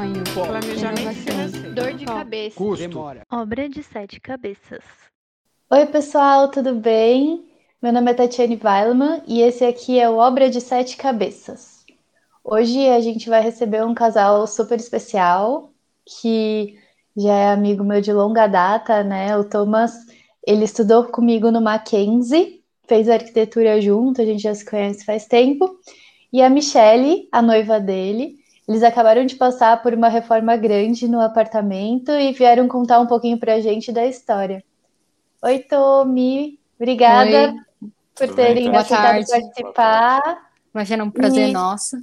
sonho, Planejamento inovação, financeiro. Dor de cabeça. Custo. Demora. obra de 7 cabeças. Oi, pessoal, tudo bem? Meu nome é Tatiane Weilman e esse aqui é o Obra de Sete Cabeças. Hoje a gente vai receber um casal super especial que já é amigo meu de longa data, né? O Thomas, ele estudou comigo no Mackenzie, fez arquitetura junto, a gente já se conhece faz tempo. E a Michelle, a noiva dele, eles acabaram de passar por uma reforma grande no apartamento e vieram contar um pouquinho pra gente da história. Oi, Tomi, obrigada Oi, por Tudo terem bem, boa aceitado tarde. participar. Imagina, um prazer E, nosso.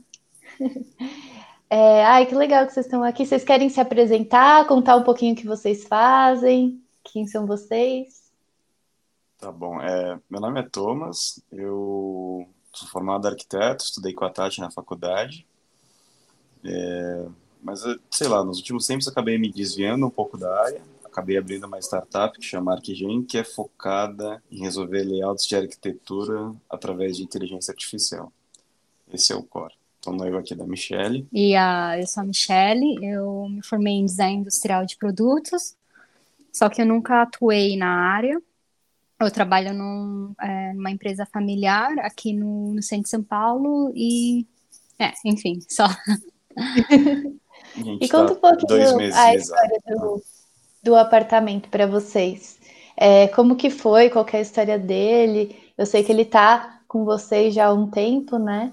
ai, que legal que vocês estão aqui. Vocês querem se apresentar, contar um pouquinho o que vocês fazem? Quem são vocês? Tá bom. Meu nome é Thomas, eu sou formado arquiteto, estudei com a Tati na faculdade, mas, sei lá, nos últimos tempos acabei me desviando um pouco da área, acabei abrindo uma startup que chama ArcGen, que é focada em resolver layouts de arquitetura através de inteligência artificial. Esse é o core. Estou noivo aqui da Michelle. Eu sou a Michelle, eu me formei em design industrial de produtos, só que eu nunca atuei na área. Eu trabalho numa empresa familiar aqui no centro de São Paulo enfim, só. A gente E conta está um pouquinho 2 meses a de exato. história do apartamento para vocês. Como que foi? Qual que é a história dele? Eu sei que ele tá com vocês já há um tempo, né?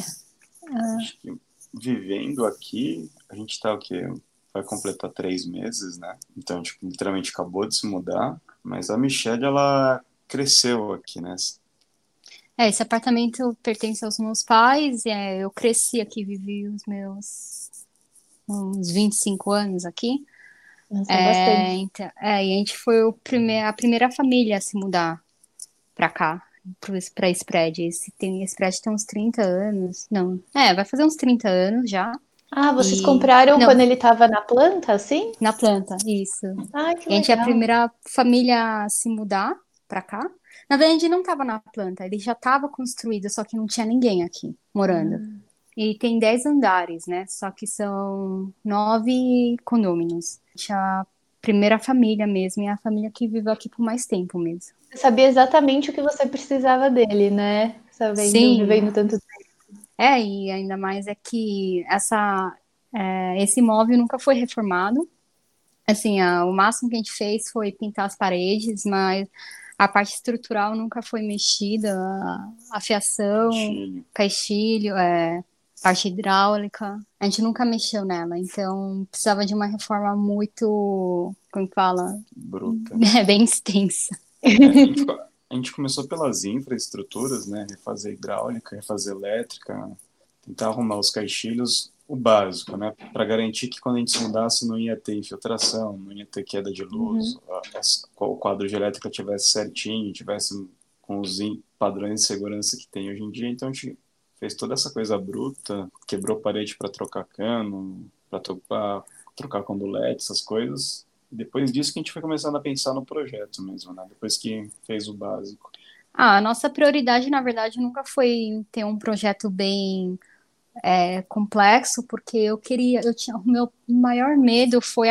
Acho que vivendo aqui, a gente está o quê? Vai completar 3 meses, né? Então, tipo, literalmente acabou de se mudar. Mas a Michelle, ela cresceu aqui, né? Esse apartamento pertence aos meus pais, eu cresci aqui, vivi os meus uns 25 anos aqui. São bastante. Então, e a gente foi a primeira família a se mudar pra cá, pra esse prédio. Esse prédio tem uns 30 anos. Não, vai fazer uns 30 anos já. Ah, vocês E compraram não, quando ele estava na planta, assim? na planta, isso. Ah, que E a gente é a legal. primeira família a se mudar pra cá. Na verdade, a gente não tava na planta, ele já tava construído, só que não tinha ninguém aqui morando. E tem 10 andares, né? Só que são 9 condôminos. A gente é a primeira família mesmo, e é a família que viveu aqui por mais tempo mesmo. Você sabia exatamente o que você precisava dele, né? Sim, Vivendo tanto tempo. e ainda mais é que esse imóvel nunca foi reformado. Assim, o máximo que a gente fez foi pintar as paredes, mas a parte estrutural nunca foi mexida, a fiação, Chile. caixilho, parte hidráulica, a gente nunca mexeu nela, então precisava de uma reforma muito, como que fala? Bruta. Bem extensa. A gente começou pelas infraestruturas, né? Refazer hidráulica, refazer elétrica, tentar arrumar os caixilhos, o básico, né? Para garantir que quando a gente se mudasse não ia ter infiltração, não ia ter queda de luz, o quadro de elétrica tivesse certinho, tivesse com os padrões de segurança que tem hoje em dia. Então a gente fez toda essa coisa bruta, quebrou parede para trocar cano, para trocar condulete, essas coisas. Depois disso que a gente foi começando a pensar no projeto mesmo, né? Depois que fez o básico. A nossa prioridade, na verdade, nunca foi ter um projeto bem complexo, porque o meu maior medo foi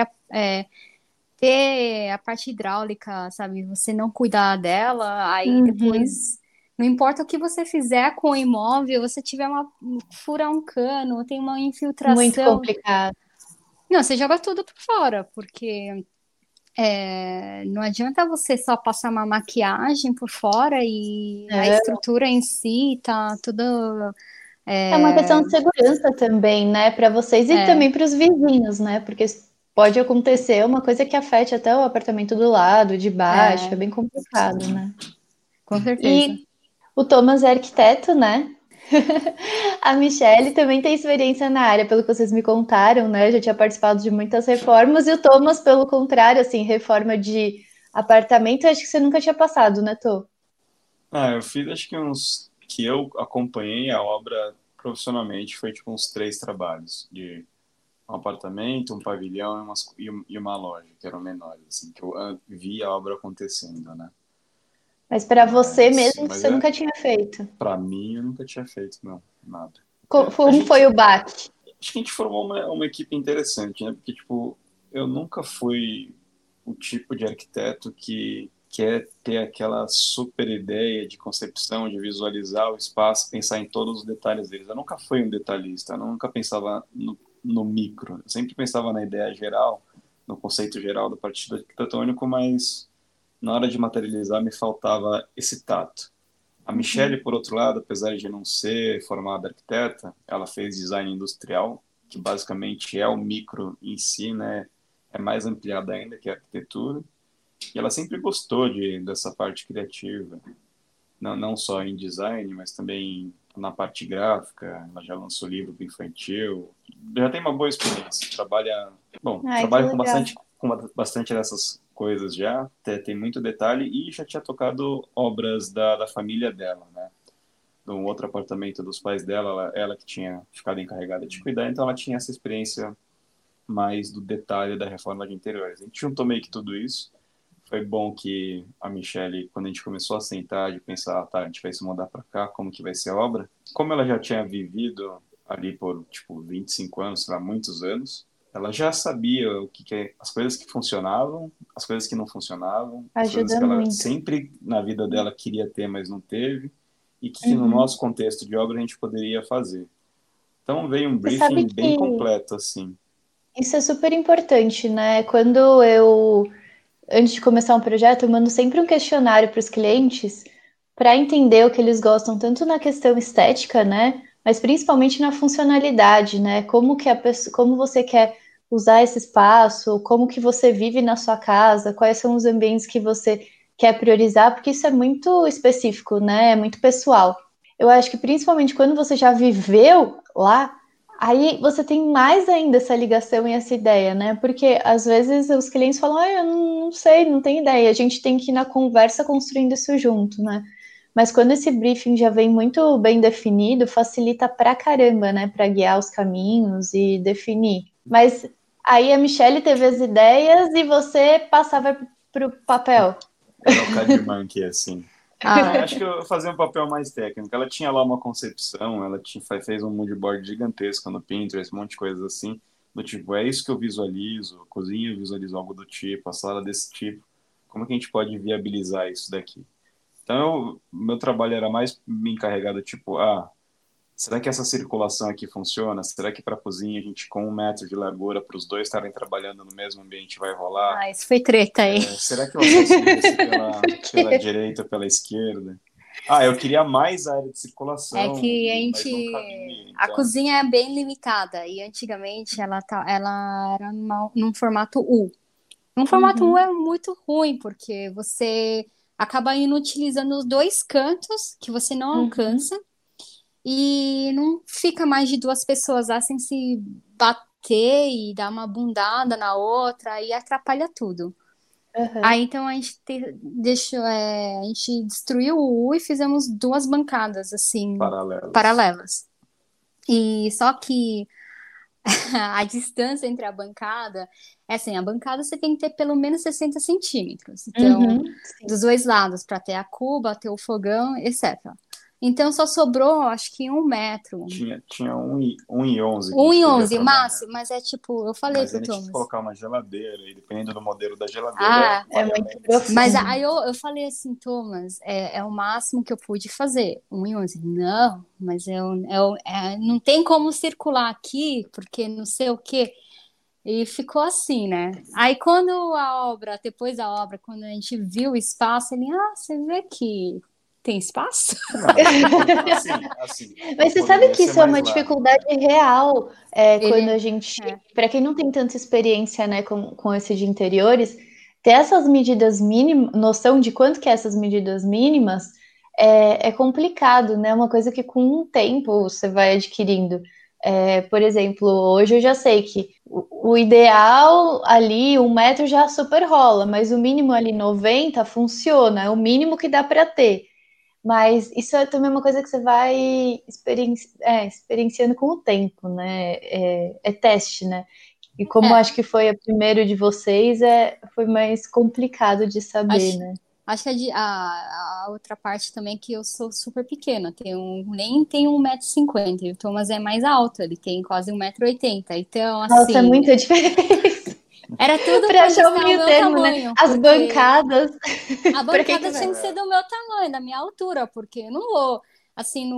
ter a parte hidráulica, sabe? Você não cuidar dela, aí depois, não importa o que você fizer com o imóvel, você tiver furar um cano, tem uma Muito infiltração. complicado. Não, você joga tudo por fora, porque não adianta você só passar uma maquiagem por fora e a estrutura em si tá tudo. É uma questão de segurança também, né, para vocês e também para os vizinhos, né? Porque pode acontecer uma coisa que afete até o apartamento do lado, de baixo, é bem complicado, né? Com certeza. E o Thomas é arquiteto, né? A Michelle também tem experiência na área, pelo que vocês me contaram, né? Já tinha participado de muitas reformas, e o Thomas, pelo contrário, assim, reforma de apartamento, acho que você nunca tinha passado, né, Tô? Eu fiz acho que eu acompanhei a obra profissionalmente, foi tipo uns 3 trabalhos, de um apartamento, um pavilhão e uma loja, que eram menores, assim, que eu vi a obra acontecendo, né? Mas para você mesmo, Mas você nunca tinha feito. Para mim, eu nunca tinha feito, não, nada. Como foi o baque? Acho que a gente formou uma equipe interessante, né? Porque, tipo, eu nunca fui o tipo de arquiteto que quer ter aquela super ideia de concepção, de visualizar o espaço, pensar em todos os detalhes deles. Eu nunca fui um detalhista, eu nunca pensava no micro. Eu sempre pensava na ideia geral, no conceito geral do partido arquitetônico, mas na hora de materializar me faltava esse tato. A Michelle, por outro lado, apesar de não ser formada arquiteta, ela fez design industrial, que basicamente é o micro em si, né? É mais ampliada ainda que a arquitetura. E ela sempre gostou dessa parte criativa, não só em design, mas também na parte gráfica. Ela já lançou livro para infantil, já tem uma boa experiência. Ai, que Trabalha legal. com bastante dessas coisas já, tem muito detalhe e já tinha tocado obras da família dela, né? De um outro apartamento dos pais dela, ela que tinha ficado encarregada de cuidar, então ela tinha essa experiência mais do detalhe da reforma de interiores. A gente juntou meio que tudo isso. Foi bom que a Michelle, quando a gente começou a sentar, de pensar, tá, a gente vai se mudar para cá, como que vai ser a obra? Como ela já tinha vivido ali por, tipo, 25 anos, sei lá, muitos anos, ela já sabia as coisas que funcionavam, as coisas que não funcionavam, as coisas Ajuda que ela muito. sempre na vida dela queria ter, mas não teve, e que no Uhum. nosso contexto de obra a gente poderia fazer. Então veio um Você sabe briefing bem que completo, assim. isso é super importante, né? Antes de começar um projeto, eu mando sempre um questionário para os clientes para entender o que eles gostam, tanto na questão estética, né? Mas principalmente na funcionalidade, né? Como você quer usar esse espaço, como que você vive na sua casa, quais são os ambientes que você quer priorizar, porque isso é muito específico, né? É muito pessoal. Eu acho que principalmente quando você já viveu lá, aí você tem mais ainda essa ligação e essa ideia, né? Porque às vezes os clientes falam, eu não sei, não tenho ideia. A gente tem que ir na conversa construindo isso junto, né? Mas quando esse briefing já vem muito bem definido, facilita pra caramba, né? Pra guiar os caminhos e definir. Mas aí a Michelle teve as ideias e você passava pro papel. Era o Cadimunk, assim. Ah, Acho que eu fazia um papel mais técnico. Ela tinha lá uma concepção, fez um mood board gigantesco no Pinterest, um monte de coisas assim, do tipo, é isso que eu visualizo, a cozinha eu visualizo algo do tipo, a sala desse tipo. Como é que a gente pode viabilizar isso daqui? Então, meu trabalho era mais me encarregar do tipo, será que essa circulação aqui funciona? Será que para a cozinha a gente, com 1 metro de largura, para os dois estarem trabalhando no mesmo ambiente, vai rolar? isso foi treta aí. Será que o acesso devia ser pela direita ou pela esquerda? Eu queria mais área de É circulação, que mas não cabia. a Então, cozinha é bem limitada e antigamente ela era num formato U. Um formato U é Uhum, muito ruim porque você acaba inutilizando os dois cantos que você não uhum, alcança e não fica mais de duas pessoas lá sem se bater e dar uma bundada na outra e atrapalha tudo. uhum. Aí então a gente destruiu o U e fizemos duas bancadas assim paralelas. paralelas. E só que a distância entre a bancada é assim, a bancada você tem que ter pelo menos 60 centímetros. Então, Uhum, sim. dos dois lados, para ter a cuba, ter o fogão, etc. Então só sobrou, acho que 1 metro. Tinha 1,11 que a Um gente e podia 11, trabalhar. máximo, mas é tipo, eu falei Mas pro ainda tinha que Thomas. colocar uma geladeira, e dependendo do modelo da geladeira, Ah, É vai muito além de mas 60. profundo. aí eu falei assim, Thomas, é o máximo que eu pude fazer, 1 e 11. Não, mas não tem como circular aqui, porque não sei o quê. E ficou assim, né? Aí depois da obra, quando a gente viu o espaço, ele, você vê que tem espaço? Não, assim, Mas você sabe poderia que ser isso é mais uma largo, dificuldade né? real, quando a Ele, gente, é, para quem não tem tanta experiência, né, com esse de interiores, ter essas medidas mínimas, noção de quanto que é essas medidas mínimas é complicado, né? Uma coisa que com o tempo você vai adquirindo. Por exemplo, hoje eu já sei que o ideal ali, 1 metro já super rola, mas o mínimo ali 90 funciona, é o mínimo que dá para ter. Mas isso é também uma coisa que você vai experienciando com o tempo, né? É teste, né? E como é, acho que foi a primeiro de vocês, foi mais complicado de saber, acho, né? Acho que a outra parte também é que eu sou super pequena, nem tenho 1,50 m, e o Thomas é mais alto, ele tem quase 1,80 m. Então, Nossa, é assim, muita diferença. era tudo Para achar o conquistar o meio meu termo, né? As As porque bancadas. a Para quem que bancada vai? tinha que ser do meu tamanho, da minha altura, porque eu não vou, assim,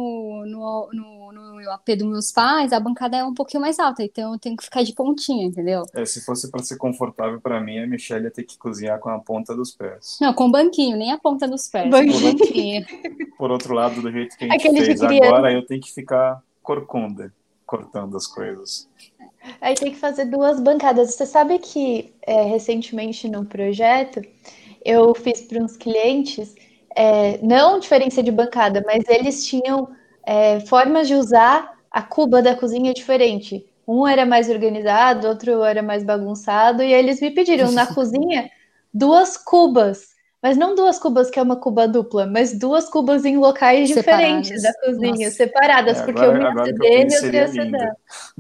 no AP dos meus pais, a bancada é um pouquinho mais alta, então eu tenho que ficar de pontinha, entendeu? Se fosse para ser confortável para mim, a Michelle ia ter que cozinhar com a ponta dos pés. Não, com banquinho, nem a ponta dos pés, com Banquinho. banquinho. Por outro lado, do jeito que a gente Aquele de fez criança. agora, eu tenho que ficar corcunda, cortando as coisas. Aí tem que fazer duas bancadas. Você sabe que recentemente no projeto eu fiz para uns clientes, não diferença de bancada, mas eles tinham formas de usar a cuba da cozinha diferente. Um era mais organizado, outro era mais bagunçado, e eles me pediram na cozinha duas cubas. Mas não duas cubas que é uma cuba dupla, mas duas cubas em locais diferentes da Separadas. cozinha, Nossa. separadas, porque uma ia Agora ser que eu dele e penso, outra ia seria ser lindo. dela.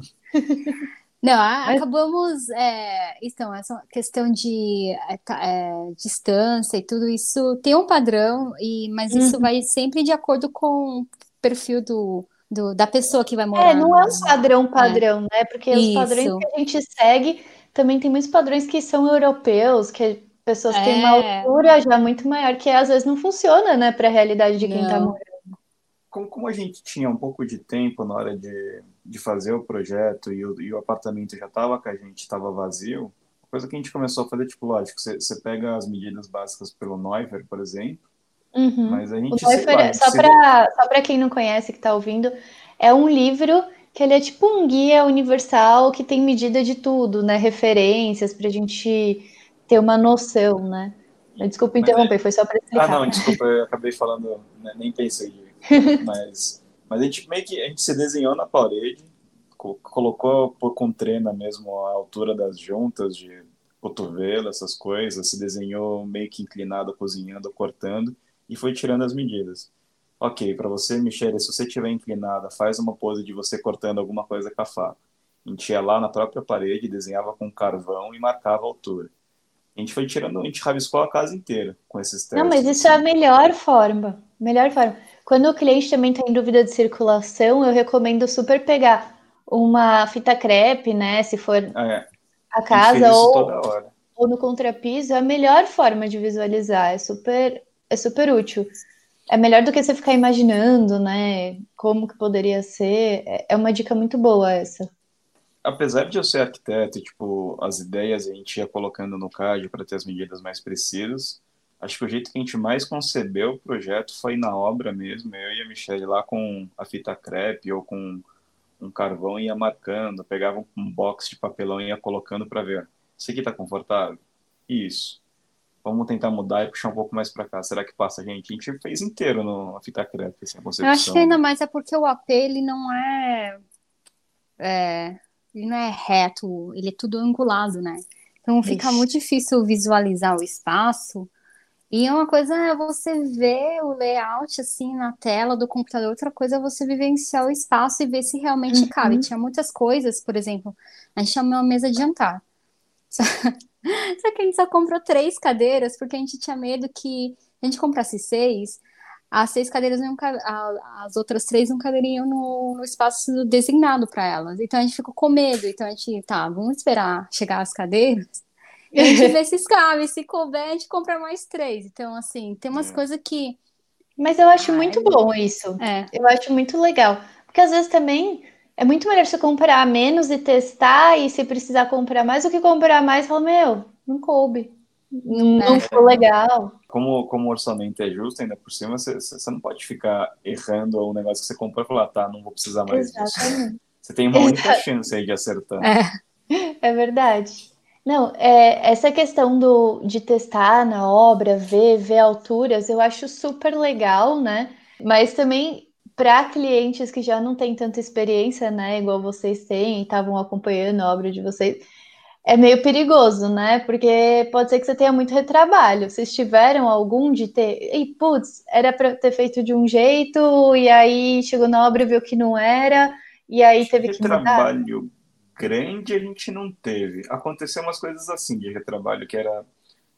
Não, Mas acabamos. Então, essa questão de distância e tudo isso tem um padrão, mas isso vai sempre de acordo com o perfil da pessoa que vai morar não é um no. padrão É, padrão, né? Porque os padrões que isso. a gente segue também tem muitos padrões que são europeus, que pessoas têm uma É, altura já muito maior, que às vezes não funciona, né, para a realidade de quem está não. morando. Como a gente tinha um pouco de tempo na hora de fazer o projeto e o apartamento já estava com a gente, estava vazio, a coisa que a gente começou a fazer, tipo, lógico, você pega as medidas básicas pelo Neufer, por exemplo, Uhum. mas a O gente, sei lá, a Neufer, gente se... De... só para quem não conhece, que está ouvindo, é um livro que ele é tipo um guia universal que tem medida de tudo, né? Referências para a gente ter uma noção, né? Desculpa Mas interromper, foi só para explicar. não, desculpa, eu acabei falando, né, nem pensei direito. Mas a gente meio que a gente se desenhou na parede, colocou com trena mesmo a altura das juntas de cotovelo, essas coisas, se desenhou meio que inclinado, cozinhando, cortando e foi tirando as medidas. Ok, para você, Michele, se você estiver inclinada, faz uma pose de você cortando alguma coisa com a faca. A gente ia lá na própria parede, desenhava com carvão e marcava a altura. A gente foi tirando, a gente rabiscou a casa inteira com esses Não, mas testes, isso é a assim. melhor forma. Melhor forma. Quando o cliente também está em dúvida de circulação, eu recomendo super pegar uma fita crepe, né? Se for É, a a gente fez casa isso toda hora. ou no contrapiso, é a melhor forma de visualizar. É super útil. É melhor do que você ficar imaginando, né? Como que poderia ser. É uma dica muito boa essa. Apesar de eu ser arquiteto, e, tipo, as ideias a gente ia colocando no CAD para ter as medidas mais precisas, acho que o jeito que a gente mais concebeu o projeto foi na obra mesmo, eu e a Michelle lá com a fita crepe ou com um carvão ia marcando, pegava um box de papelão e ia colocando para ver. Isso aqui tá confortável? Isso. Vamos tentar mudar e puxar um pouco mais para cá. Será que passa, gente? A gente fez inteiro na fita crepe, essa Eu acho que concepção, ainda né? mais é porque o AP ele não é reto, ele é tudo angulado, né? Então fica Ixi. muito difícil visualizar o espaço. E uma coisa é você ver o layout assim na tela do computador, outra coisa é você vivenciar o espaço e ver se realmente cabe. Uhum. Tinha muitas coisas, por exemplo, a gente chamou uma mesa de jantar. Só que a gente só comprou 3 cadeiras porque a gente tinha medo que a gente comprasse 6, as 6 cadeiras não, as outras 3 não caberiam no espaço designado para elas. Então a gente ficou com medo. Então a gente, tá, vamos esperar chegar as cadeiras e a gente vê se cabe. Se couber, a gente compra mais 3. Então, assim, tem umas É. coisas que. Mas eu acho Ah, muito bom isso. é, Eu acho muito legal. Porque às vezes também é muito melhor você comprar menos e testar, e se precisar comprar mais do que comprar mais, falar, meu, não coube. não, Não ficou legal. Como o orçamento é justo, ainda por cima, você não pode ficar errando o negócio que você comprou e falar, tá, não vou precisar mais disso. Exatamente. Você tem uma única chance aí de acertar. é. É verdade. Não, essa questão de testar na obra, ver alturas, eu acho super legal, né? Mas também para clientes que já não têm tanta experiência, né? Igual vocês têm e estavam acompanhando a obra de vocês, é meio perigoso, né? Porque pode ser que você tenha muito retrabalho. Vocês tiveram algum de ter. E, putz, era para ter feito de um jeito, e aí chegou na obra e viu que não era, e aí Acho que teve que mudar? retrabalho grande a gente não teve. Aconteceu umas coisas assim de retrabalho que era. O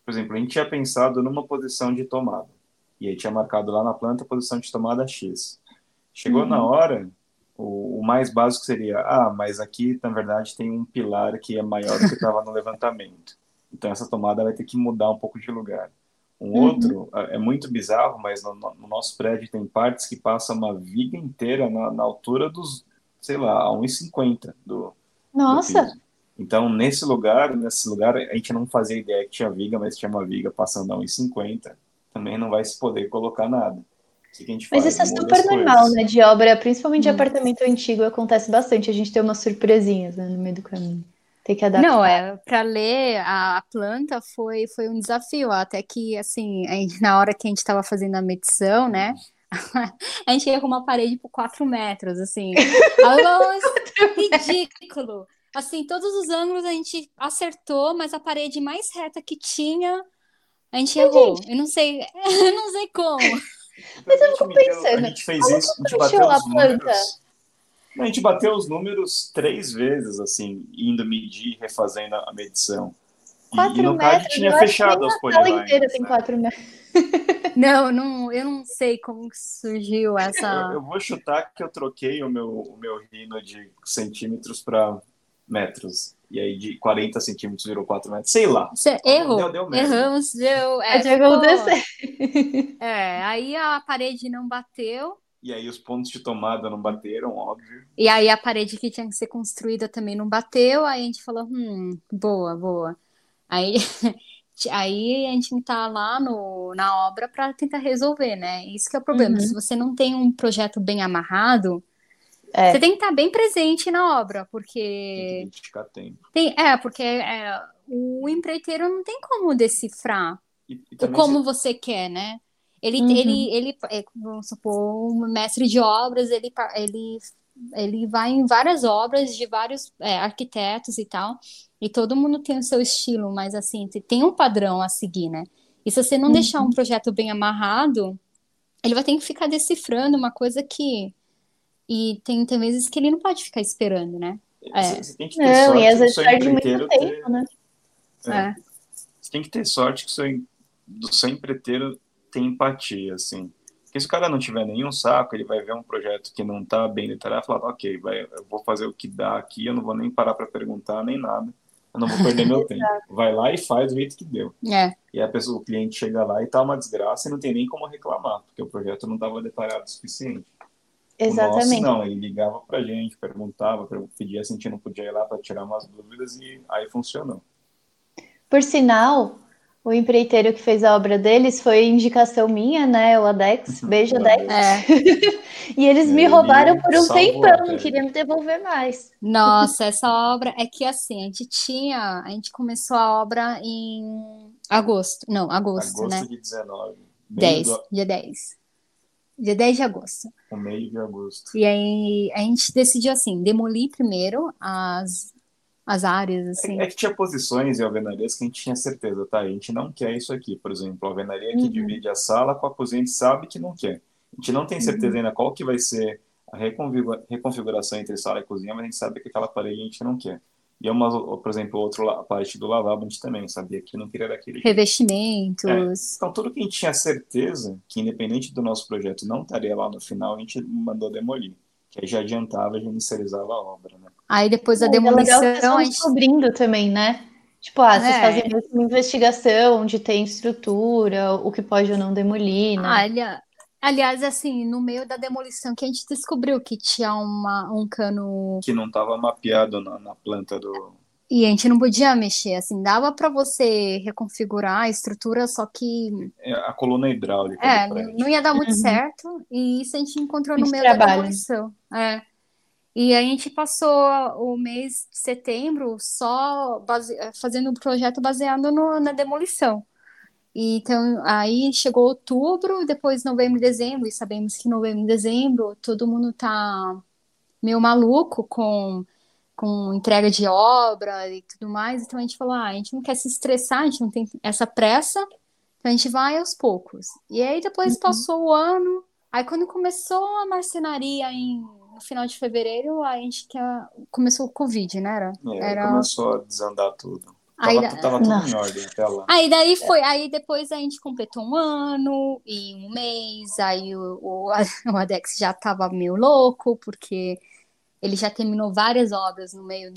por exemplo, a gente tinha pensado numa posição de tomada. E aí tinha marcado lá na planta a posição de tomada X. Chegou na hora, o mais básico seria, mas aqui, na verdade, tem um pilar que é maior do que estava no levantamento. Então, essa tomada vai ter que mudar um pouco de lugar. Um outro, é muito bizarro, mas no nosso prédio tem partes que passam uma viga inteira na altura dos, sei lá, a 1,50 do Nossa, piso. Então, nesse lugar, a gente não fazia ideia que tinha viga, mas tinha uma viga passando a 1,50. Também não vai se poder colocar nada. O que a gente mas faz? isso é Muda as super normal, coisas. né? De obra, principalmente de Hum. apartamento antigo, acontece bastante. A gente tem umas surpresinhas, né, no meio do caminho. Tem que Não, adaptar. para ler a planta foi um desafio, até que, assim, na hora que a gente estava fazendo a medição, né, a gente ia com uma parede por 4 metros, assim, algo ridículo. Assim, todos os ângulos a gente acertou, mas a parede mais reta que tinha, a gente Mas, errou. gente, Eu não sei, eu não sei como. O pior mas que a eu gente fico meteu, a pensando, gente fez como isso, a que gente bateu fechou a os planta? números. Não, a gente bateu os números 3 vezes, assim, indo medir, refazendo a medição. E Quatro no CAD metros? tinha Eu acho que nem fechado as a sala inteira polylines, tem né? 4 metros. Não, eu não sei como que surgiu essa. Eu vou chutar que eu troquei o meu rino de centímetros para metros. E aí de 40 centímetros virou 4 metros. Sei lá. Você Deu, errou, deu merda. erramos, deu, Pode ficou. acontecer. Aí a parede não bateu, E aí os pontos de tomada não bateram, óbvio. e aí a parede que tinha que ser construída também não bateu, aí a gente falou, boa, boa. Aí, aí a gente tá lá na obra para tentar resolver, né? Isso que é o problema. Se Uhum. você não tem um projeto bem amarrado, você É, tem que estar bem presente na obra, Tem que porque dedicar tempo. o empreiteiro não tem como decifrar E o também como você quer, né? uhum. Vamos supor, um mestre de obras, ele vai em várias obras de vários arquitetos e tal, e todo mundo tem o seu estilo, mas assim, tem um padrão a seguir, né? E se você não deixar um Uhum. projeto bem amarrado, ele vai ter que ficar decifrando uma coisa que. E tem vezes que ele não pode ficar esperando, né? É, você tem que ter Não, e sorte às do vezes seu perde muito empreiteiro tempo, ter. né? É, é. você tem que ter sorte que do seu empreiteiro tem empatia, assim. Porque se o cara não tiver nenhum saco, ele vai ver um projeto que não tá bem detalhado e falar, ok, eu vou fazer o que dá aqui, eu não vou nem parar para perguntar, nem nada. Eu não vou perder meu tempo. Vai lá e faz do jeito que deu. É, E o cliente chega lá e tá uma desgraça e não tem nem como reclamar, porque o projeto não estava detalhado o suficiente. O nosso, Exatamente. não, ele ligava pra gente, perguntava, pedia se a gente não podia ir lá para tirar umas dúvidas e aí funcionou. Por sinal, o empreiteiro que fez a obra deles foi indicação minha, né? O Adex. Beijo, O Adex. é. Adex. E eles me roubaram Ele por um salvou tempão, a não queriam pele. me devolver mais. Nossa, essa obra é que assim, a gente começou a obra em agosto, não, agosto, Agosto né? de 19. Meio 10, do, dia 10. Dia 10 de agosto. o meio de agosto. E aí a gente decidiu assim, demolir primeiro as áreas, É assim. que tinha posições e alvenarias que a gente tinha certeza, tá? A gente não quer isso aqui. Por exemplo, a alvenaria que Uhum, divide a sala com a cozinha, a gente sabe que não quer. A gente não tem certeza Uhum. ainda qual que vai ser a reconfiguração entre sala e cozinha, mas a gente sabe que aquela parede a gente não quer. E por exemplo, a parte do lavabo a gente também sabia que não queria daquele jeito. Revestimentos. Então, tudo que a gente tinha certeza que, independente do nosso projeto, não estaria lá no final, a gente mandou demolir. Que aí já adiantava, já inicializava a obra, né? Aí depois da E é legal que vocês demolição, vão a gente. descobrindo também, né? Tipo, vocês fazem É, meio que uma investigação onde tem estrutura, o que pode ou não demolir, né? olha, aliás, assim, no meio da demolição que a gente descobriu que tinha um cano. Que não estava mapeado na planta do. E a gente não podia mexer, assim, dava para você reconfigurar a estrutura, só que A coluna hidráulica do não prédio. ia dar muito Uhum. certo, e isso a gente encontrou no Muito meio da trabalho. demolição. É. E a gente passou o mês de setembro só fazendo um projeto baseado na demolição. E então, aí chegou outubro, depois novembro e dezembro, e sabemos que novembro e dezembro todo mundo tá meio maluco com entrega de obra e tudo mais. Então a gente falou, a gente não quer se estressar, a gente não tem essa pressa, então a gente vai aos poucos. E aí depois Uhum. passou o ano, aí quando começou a marcenaria no final de fevereiro, a gente começou o Covid, né? Aí Era começou a desandar tudo. Aí, Tava tudo em ordem até lá. aí depois a gente completou 1 ano e 1 mês, aí o Adex já tava meio louco, porque ele já terminou várias obras no meio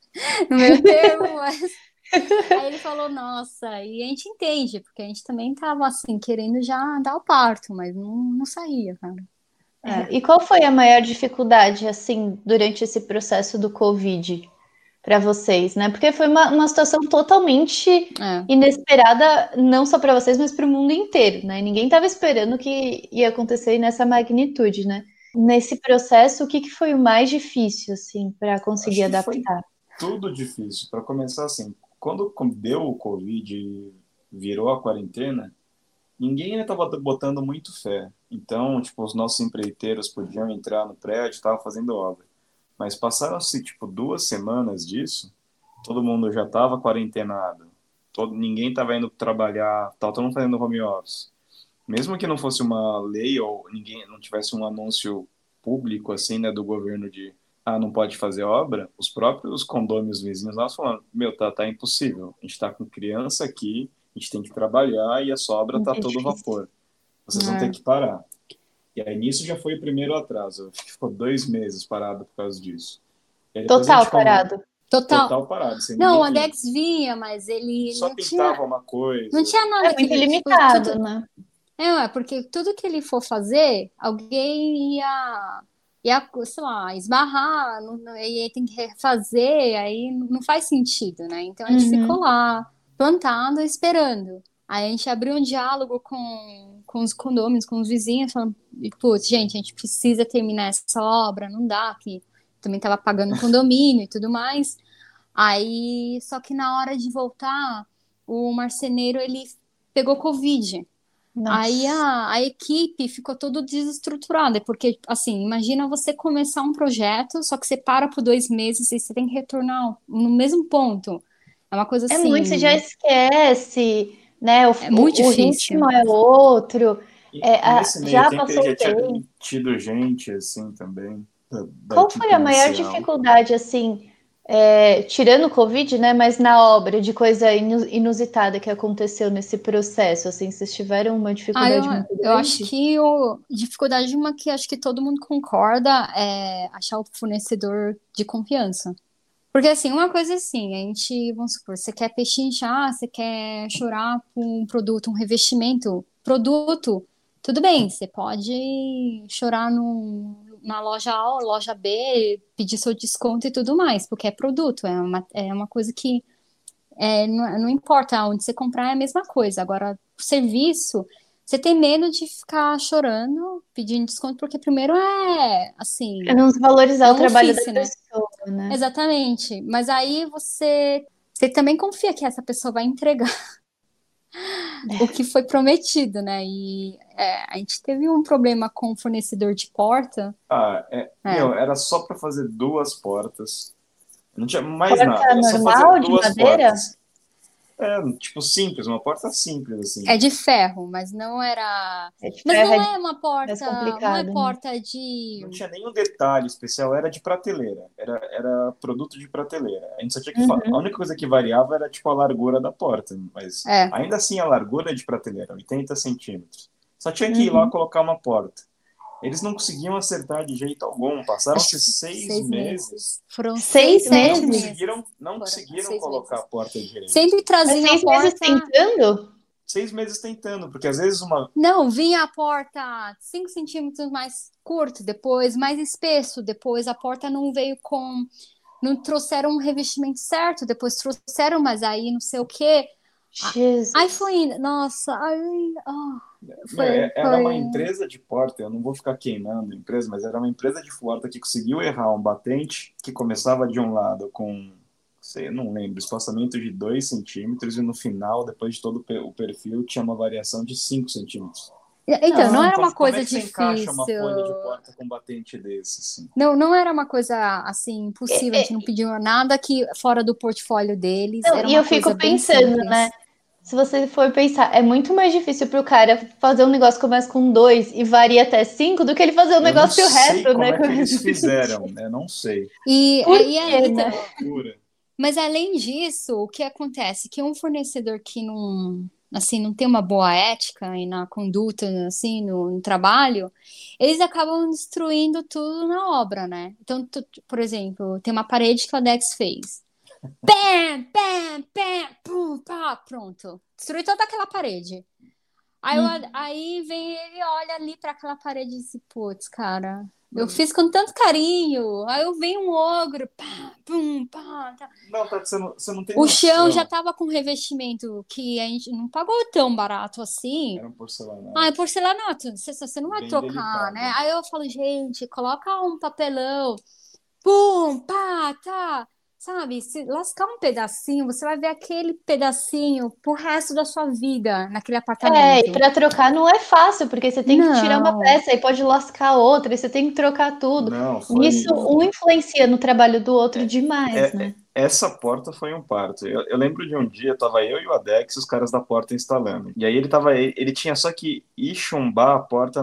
termo, mas aí ele falou, nossa, e a gente entende, porque a gente também tava assim, querendo já dar o parto, mas não saía, cara. E qual foi a maior dificuldade, assim, durante esse processo do Covid para vocês, né? Porque foi uma situação totalmente inesperada, não só para vocês, mas para o mundo inteiro, né? Ninguém estava esperando que ia acontecer nessa magnitude, né? Nesse processo, o que foi o mais difícil, assim, para conseguir Acho que adaptar? foi tudo difícil. Para começar, assim, quando deu o Covid e virou a quarentena, ninguém ainda estava botando muito fé. Então, tipo, os nossos empreiteiros podiam entrar no prédio, estavam fazendo obra. Mas passaram-se, tipo, 2 semanas disso, todo mundo já estava quarentenado. Ninguém estava indo trabalhar, estava todo mundo fazendo home office. Mesmo que não fosse uma lei ou ninguém não tivesse um anúncio público, assim, né, do governo de, não pode fazer obra, os próprios condôminos vizinhos lá falando, meu, tá impossível. A gente está com criança aqui, a gente tem que trabalhar e a sua obra tá todo vapor. Vocês vão ter que parar. E aí nisso já foi o primeiro atraso. Acho que ficou 2 meses parado por causa disso. E aí depois Total parado. Total parado. Sem Não, o ninguém vir. Adex vinha, mas ele Só não pintava tinha, uma coisa. não tinha nada É muito que limitado, né? porque tudo que ele for fazer, alguém ia, sei lá, esbarrar, e aí tem que refazer, aí não faz sentido, né? Então a gente ficou lá, plantado, esperando. Aí a gente abriu um diálogo com os condôminos, com os vizinhos, falando, putz, gente, a gente precisa terminar essa obra, não dá, que também estava pagando condomínio e tudo mais. Aí, só que na hora de voltar, o marceneiro, ele pegou Covid. Nossa. Aí a equipe ficou toda desestruturada, porque, assim, imagina você começar um projeto, só que você para por 2 meses e você tem que retornar no mesmo ponto. É uma coisa assim... muito, você já esquece, né? É muito o difícil. ritmo é outro. E nesse meio Já tempo ele passou já o tinha tempo. demitido gente, assim, também, da Qual equipe foi a maior inicial. dificuldade, assim, tirando o Covid, né? Mas na obra, de coisa inusitada que aconteceu nesse processo, assim, vocês tiveram uma dificuldade muito Eu acho grande? que a dificuldade, uma que acho que todo mundo concorda, é achar o fornecedor de confiança. Porque, assim, uma coisa assim, a gente, vamos supor, você quer pechinchar, você quer chorar por um produto, um revestimento, produto, tudo bem, você pode chorar na loja A ou loja B, pedir seu desconto e tudo mais, porque é produto, é uma coisa que não importa onde você comprar, é a mesma coisa. Agora, o serviço, você tem medo de ficar chorando, pedindo desconto, porque primeiro assim, É não desvalorizar é o um trabalho da ofício, né? pessoa, né? Exatamente. Mas aí você também confia que essa pessoa vai entregar o que foi prometido, né? E a gente teve um problema com o fornecedor de porta. Meu, era só para fazer 2 portas. Não tinha mais Porta nada, era só fazer normal, de 2 madeira? portas. Tipo, simples, uma porta simples, assim. É de ferro, mas não era. É de Mas ferro, não é é uma mais porta, não é complicado, né? porta de. Não tinha nenhum detalhe especial, era de prateleira. Era produto de prateleira. A gente só tinha que A única coisa que variava era, tipo, a largura da porta. Mas É. ainda assim, a largura é de prateleira, 80 centímetros. Só tinha que ir lá colocar uma porta. Eles não conseguiam acertar de jeito algum. Passaram-se 6 meses. Foram 6 7 meses? Não conseguiram colocar a porta direito. Sempre Mas traziam 6 a meses porta. tentando? 6 meses tentando, porque às vezes uma. Não, vinha a porta 5 centímetros mais curto, depois mais espesso, depois a porta não veio com. Não trouxeram um revestimento certo, depois trouxeram, mas aí não sei o quê. Jesus. Aí foi indo. Nossa, Era uma empresa de porta, eu não vou ficar queimando a empresa, mas era uma empresa de porta que conseguiu errar um batente que começava de um lado com, sei, não lembro, espaçamento de 2 centímetros e no final, depois de todo o perfil, tinha uma variação de 5 centímetros. Então, não era uma Como coisa é que você difícil. encaixa uma folha de porta com um batente desse, assim? Não era uma coisa assim impossível, a gente não pediu nada que fora do portfólio deles. Não, Era e uma eu fico coisa bem pensando, simples. né? Se você for pensar, é muito mais difícil para o cara fazer um negócio que começa com 2 e varia até 5 do que ele fazer um negócio Eu não sei reto, como né? é que eles fizeram, né? Não sei. E Por aí, quê, né? então, Loucura. Mas além disso, o que acontece? Que um fornecedor que não, assim, não tem uma boa ética e na conduta, assim, no trabalho, eles acabam destruindo tudo na obra, né? Então, por exemplo, tem uma parede que a Dex fez. Pé, pé, pé, pum, pá, pronto. Destruiu toda aquela parede. Aí vem ele, olha ali para aquela parede e diz, putz, cara, eu fiz com tanto carinho. Aí eu venho um ogro, pá, pum, pá, tá. Não, Tati, você não tem O chão já noção. tava com revestimento que a gente não pagou tão barato assim. Era um porcelanato Ah, é porcelanato, você não vai bem trocar, né? delicado. Aí eu falo, gente, coloca um papelão, pum, pá, tá. Sabe, se lascar um pedacinho, você vai ver aquele pedacinho pro resto da sua vida naquele E apartamento. para trocar não é fácil, porque você tem que tirar uma Não, peça e pode lascar outra, e você tem que trocar tudo. Não, Nisso, foi. um influencia no trabalho do outro demais, né? Essa porta foi um parto. Eu lembro de um dia, tava eu e o Adex, e os caras da porta instalando. E aí ele tinha só que ir chumbar a porta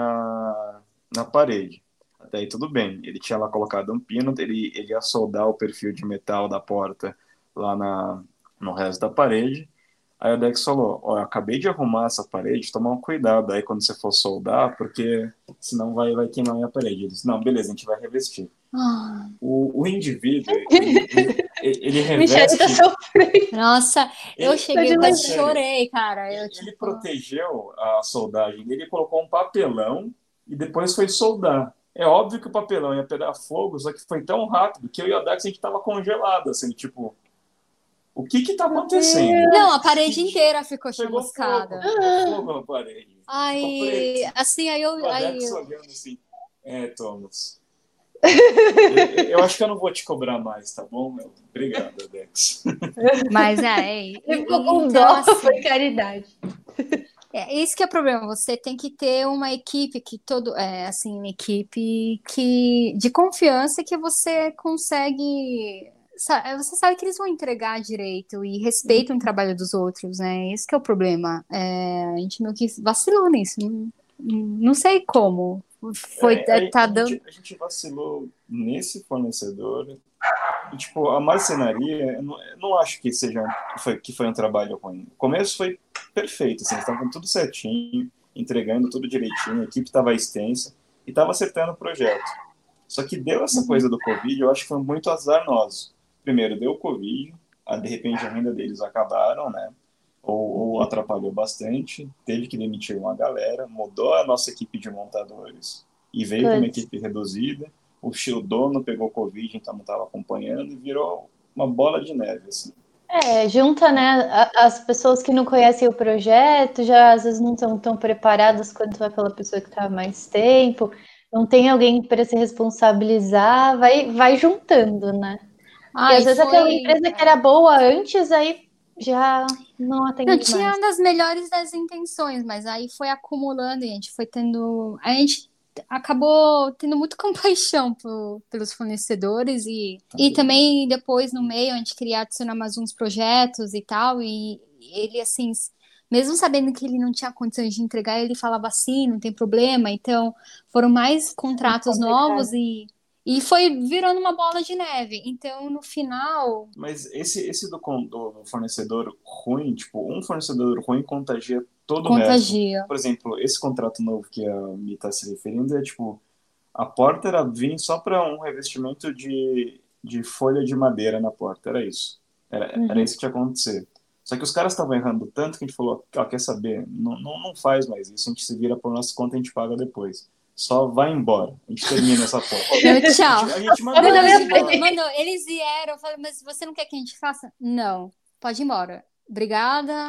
na parede. Até aí tudo bem. Ele tinha lá colocado um pino, ele ia soldar o perfil de metal da porta lá no resto da parede. Aí o Dex falou, ó, eu acabei de arrumar essa parede, toma um cuidado aí quando você for soldar, porque senão vai queimar minha parede. Ele disse, não, beleza, a gente vai revestir. ah, O indivíduo, ele Michelle tá reveste, sofrendo. nossa, eu ele, cheguei, de eu quase lembrar. sério, chorei, cara. Eu, ele tipo, protegeu a soldagem dele, ele colocou um papelão e depois foi soldar. É óbvio que o papelão ia pegar fogo, só que foi tão rápido que eu e a Dax, a gente tava congelado, assim, tipo, o que que tá Meu acontecendo? não, a parede inteira ficou chamuscada. Pegou fogo na parede. Ficou Aí, preto. assim, E o aí Alex eu, olhando assim, Thomas, eu acho que eu não vou te cobrar mais, tá bom, meu? Obrigado, Alex. mas Ele ficou com então dó, foi assim, caridade. esse que é o problema. Você tem que ter uma equipe que assim, uma equipe que de confiança que você consegue, você sabe que eles vão entregar direito e respeitam o trabalho dos outros, né? Esse que é o problema. A gente meio que vacilou nisso. Não sei como. Tá dando. A gente vacilou nesse fornecedor. E, tipo, a marcenaria, eu não acho que que foi um trabalho ruim. O começo foi perfeito, assim, eles estavam tudo certinho, entregando tudo direitinho, a equipe estava extensa e estava acertando o projeto. Só que deu essa coisa do Covid, eu acho que foi muito azar nosso. Primeiro, deu o Covid, de repente a renda deles acabaram, né? Ou atrapalhou bastante, teve que demitir uma galera, mudou a nossa equipe de montadores e veio com uma Puts. equipe reduzida. O dono pegou Covid, então não estava acompanhando e virou uma bola de neve, assim. Junta, né, as pessoas que não conhecem o projeto, já às vezes não estão tão preparadas quanto aquela pessoa que está há mais tempo, não tem alguém para se responsabilizar, vai juntando, né? E às Ai, vezes aquela foi. empresa que era boa antes, aí já não Não atende mais. tinha das melhores das intenções, mas aí foi acumulando e a gente foi tendo. A gente acabou tendo muito compaixão pelos fornecedores e também depois no meio a gente queria adicionar mais uns projetos e tal. E ele, assim, mesmo sabendo que ele não tinha condições de entregar, ele falava assim: não tem problema. Então foram mais Muito contratos novos complicado. e foi virando uma bola de neve. Então no final. Mas esse do fornecedor ruim, tipo, um fornecedor ruim contagia todo o resto. Contagia. Por exemplo, esse contrato novo que a Mi está se referindo é tipo, a porta era vir só para um revestimento de folha de madeira na porta, era isso. Era isso que tinha que acontecer. Só que os caras estavam errando tanto que a gente falou, ó, quer saber? Não faz mais isso, a gente se vira por nossa conta e a gente paga depois. Só vai embora, a gente termina essa porta. Tchau. A gente mandou Olha na eles minha embora. Mano, eles vieram, eu falei, mas você não quer que a gente faça? Não, pode ir embora. Obrigada,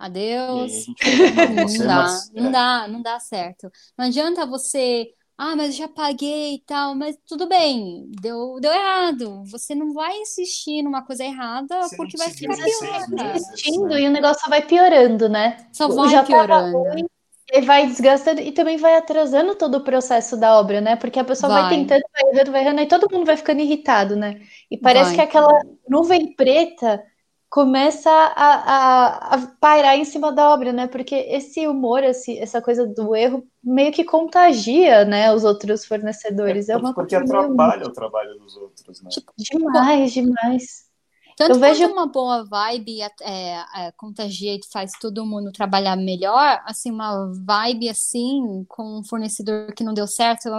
E aí a adeus. gente falou, não, você Não é dá, mais... não dá certo. Não adianta você, mas eu já paguei e tal, mas tudo bem, deu errado. Você não vai insistir numa coisa errada Você não porque vai conseguiu ficar em pior, 6 meses, cara. Insistindo né? e o negócio só vai piorando, né? Só vai Já estava piorando. ruim, e vai desgastando e também vai atrasando todo o processo da obra, né? Porque a pessoa vai Vai, tentando, vai errando, aí todo mundo vai ficando irritado, né? E parece que vai. aquela nuvem preta começa a pairar em cima da obra, né? Porque esse humor, essa coisa do erro, meio que contagia, né, os outros fornecedores. É uma Porque coisa meio atrapalha o trabalho dos outros, né? Tipo, demais, demais. Tanto Eu quanto vejo. uma boa vibe contagia e faz todo mundo trabalhar melhor, assim, uma vibe assim, com um fornecedor que não deu certo,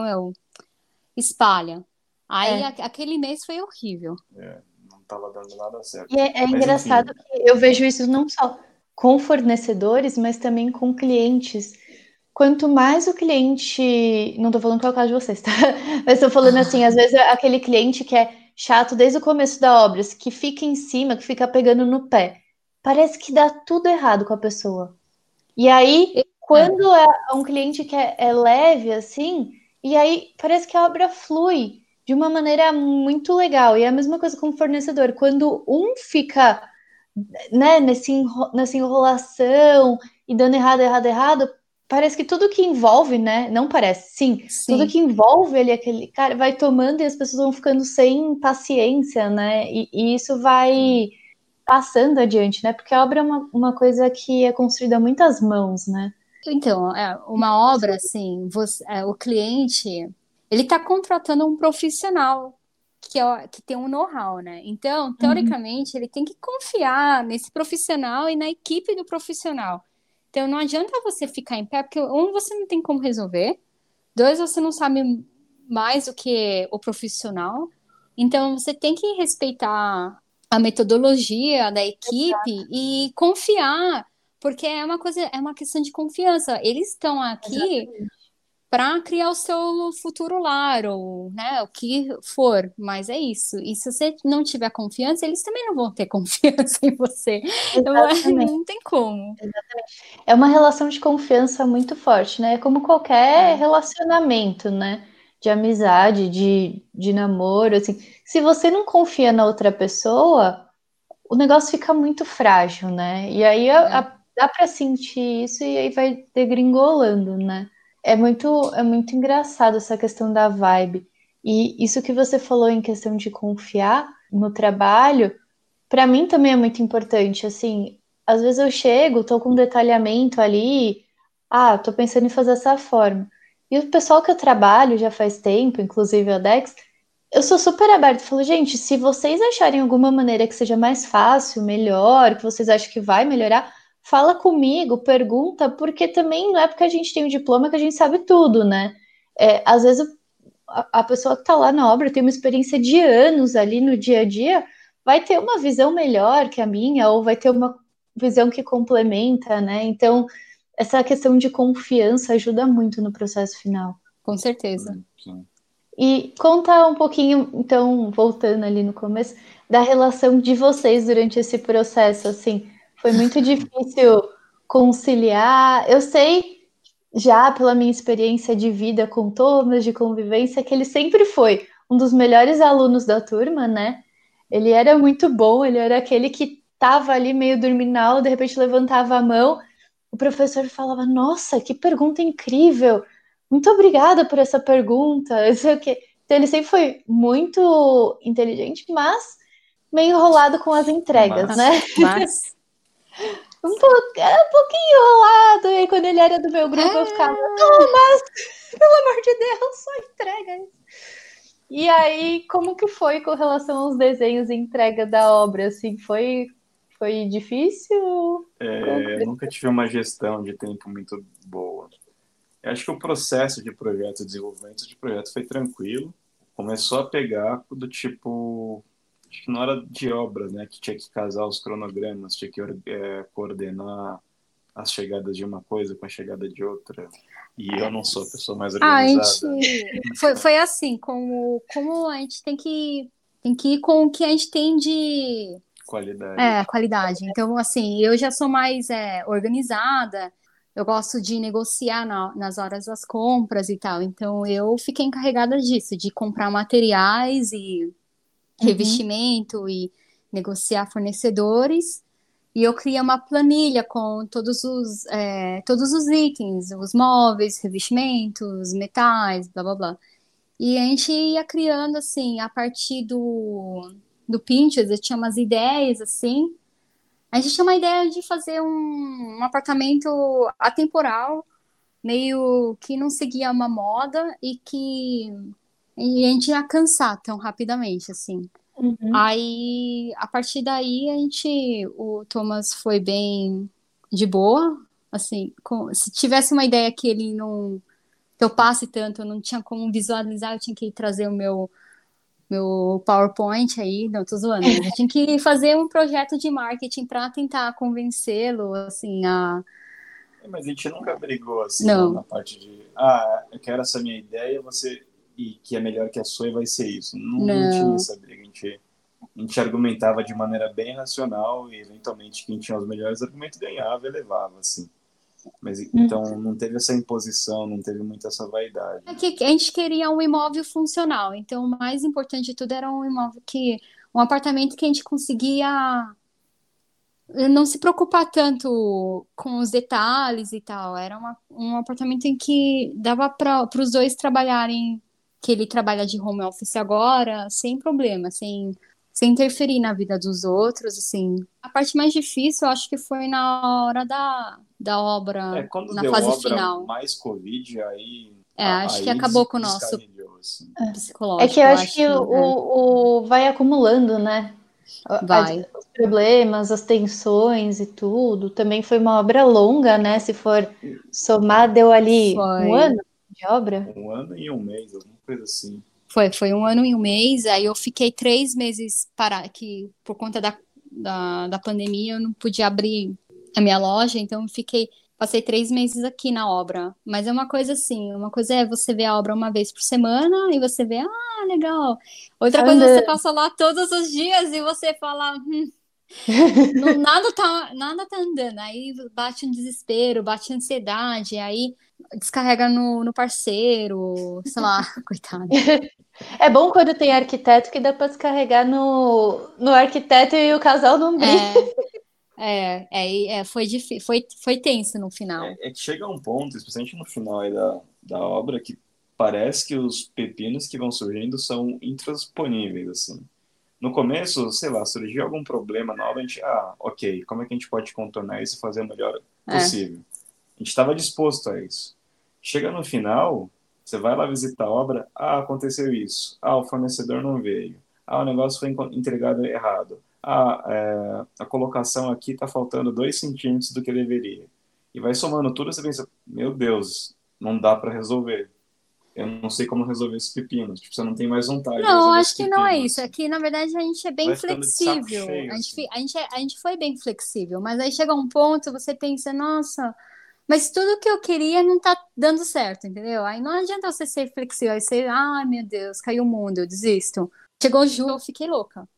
espalha. Aí É, aquele mês foi horrível. Não estava dando nada certo. e é Mas engraçado enfim, que eu vejo isso não só com fornecedores, mas também com clientes. Quanto mais o cliente. Não tô falando que é o caso de vocês, tá? Mas tô falando assim, às vezes é aquele cliente que é chato desde o começo da obra, que fica em cima, que fica pegando no pé. Parece que dá tudo errado com a pessoa. E aí, É, quando é um cliente que é leve, assim, e aí parece que a obra flui de uma maneira muito legal. E é a mesma coisa com o fornecedor. Quando um fica, né, nessa enrolação e dando errado, errado, errado, parece que tudo que envolve, né? Não parece, sim, tudo sim. que envolve ele, aquele cara, vai tomando e as pessoas vão ficando sem paciência, né? E isso sim. vai passando adiante, né? Porque a obra é uma coisa que é construída a muitas mãos, né? Então, uma obra, assim, o cliente, ele está contratando um profissional que tem um know-how, né? Então, Uhum. teoricamente, ele tem que confiar nesse profissional e na equipe do profissional. Então, não adianta você ficar em pé, porque, um, você não tem como resolver, dois, você não sabe mais do que o profissional. Então, você tem que respeitar a metodologia da equipe e confiar, porque é uma questão de confiança. Eles estão aqui Exatamente. para criar o seu futuro lar, ou, né, o que for, mas é isso. E se você não tiver confiança, eles também não vão ter confiança em você. Exatamente. Não tem como. É uma relação de confiança muito forte, né? É como qualquer É, relacionamento, né? De amizade, de namoro, assim. Se você não confia na outra pessoa, o negócio fica muito frágil, né? E aí é. dá para sentir isso e aí vai degringolando, né? É muito engraçado essa questão da vibe. E isso que você falou em questão de confiar no trabalho, para mim também é muito importante, assim, às vezes eu chego, tô com um detalhamento ali, tô pensando em fazer dessa forma. E o pessoal que eu trabalho já faz tempo, inclusive a Dex, eu sou super aberta, falo, gente, se vocês acharem alguma maneira que seja mais fácil, melhor, que vocês acham que vai melhorar, fala comigo, pergunta, porque também não é porque a gente tem o diploma que a gente sabe tudo, né? Às vezes a pessoa que está lá na obra tem uma experiência de anos ali no dia a dia, vai ter uma visão melhor que a minha, ou vai ter uma visão que complementa, né? Então, essa questão de confiança ajuda muito no processo final. Com certeza. Sim. E conta um pouquinho, então, voltando ali no começo, da relação de vocês durante esse processo, assim, foi muito difícil conciliar. Eu sei já pela minha experiência de vida com Thomas, de convivência, que ele sempre foi um dos melhores alunos da turma, né? Ele era muito bom, ele era aquele que estava ali meio dormindo na aula, de repente levantava a mão, o professor falava: Nossa, que pergunta incrível! Muito obrigada por essa pergunta. Eu sei o quê. Então, ele sempre foi muito inteligente, mas meio enrolado com as entregas, Ah, né? mas Era um pouquinho enrolado. E aí, quando ele era do meu grupo, eu ficava: Thomas, pelo amor de Deus, só entrega isso. E aí, como que foi com relação aos desenhos e entrega da obra? Assim, foi difícil? Eu nunca tive uma gestão de tempo muito boa. Eu acho que o processo de projeto, desenvolvimento de projeto foi tranquilo. Começou a pegar do tipo, acho que na hora de obra, né, que tinha que casar os cronogramas, tinha que coordenar as chegadas de uma coisa com a chegada de outra. E eu não sou a pessoa mais a gente organizada. foi assim, como a gente tem que ir com o que a gente tem de Qualidade. qualidade. Então, assim, eu já sou mais organizada, eu gosto de negociar nas horas das compras e tal. Então, eu fiquei encarregada disso, de comprar materiais e Uhum. revestimento e negociar fornecedores. E eu criei uma planilha com todos os itens, os móveis, revestimentos, metais, blá blá blá. E a gente ia criando assim, a partir do Pinterest, eu tinha umas ideias assim. A gente tinha uma ideia de fazer um apartamento atemporal, meio que não seguia uma moda e a gente ia cansar tão rapidamente assim. Uhum. Aí, a partir daí, o Thomas foi bem de boa, assim, se tivesse uma ideia que ele não topasse tanto, eu não tinha como visualizar, eu tinha que trazer o meu PowerPoint aí, não, tô zoando, mas eu tinha que fazer um projeto de marketing para tentar convencê-lo, assim, Mas a gente nunca brigou assim na não, parte de, eu quero essa minha ideia, você e que é melhor que a sua e vai ser isso. Não tinha não. essa briga. A gente argumentava de maneira bem racional e eventualmente quem tinha os melhores argumentos ganhava e levava, assim. Mas então não teve essa imposição, não teve muito essa vaidade. É que a gente queria um imóvel funcional, então o mais importante de tudo era um apartamento que a gente conseguia não se preocupar tanto com os detalhes e tal. Era um apartamento em que dava para os dois trabalharem, que ele trabalha de home office agora, sem problema, sem interferir na vida dos outros, assim. A parte mais difícil, eu acho que foi na hora da obra, Quando na deu fase obra final. mais Covid, aí, Acho que aí acabou com o nosso descarrilhou, assim. É que eu psicológico, eu acho acho que que vai acumulando, né? vai. Os problemas, as tensões e tudo. Também foi uma obra longa, né? Se for somar, deu ali um Foi. ano de obra. 1 ano e 1 mês, alguma coisa assim. Foi 1 ano e 1 mês, aí eu fiquei 3 meses parada, que por conta da pandemia eu não podia abrir a minha loja, então passei 3 meses aqui na obra. Mas é uma coisa assim, uma coisa é você ver a obra uma vez por semana e você vê, legal. Outra coisa é você Andando. passa lá todos os dias e você fala, nada tá andando. Aí bate um desespero, bate ansiedade, aí descarrega no parceiro, sei lá, coitado. É bom quando tem arquiteto que dá para descarregar no arquiteto e o casal não briga. Foi difícil, foi tenso no final. É que chega um ponto, especialmente no final aí da obra, que parece que os pepinos que vão surgindo são intransponíveis, assim. No começo, sei lá, surgiu algum problema na obra, a gente, ok, como é que a gente pode contornar isso e fazer o melhor É. possível? A gente estava disposto a isso. Chega no final, você vai lá visitar a obra, aconteceu isso. O fornecedor não veio. O negócio foi entregado errado. A colocação aqui está faltando 2 centímetros do que deveria. E vai somando tudo, você pensa, meu Deus, não dá para resolver. Eu não sei como resolver esses pepinos. Tipo, você não tem mais vontade de Não, resolver acho esses que não é pepinos. isso. É que, na verdade, a gente é bem Vai ficando de saco flexível. cheio, assim. A gente foi bem flexível, mas aí chega um ponto, você pensa, nossa, mas tudo que eu queria não tá dando certo, entendeu? Aí não adianta você ser flexível, aí você, ai meu Deus, caiu o mundo, eu desisto. Chegou julho, eu fiquei louca.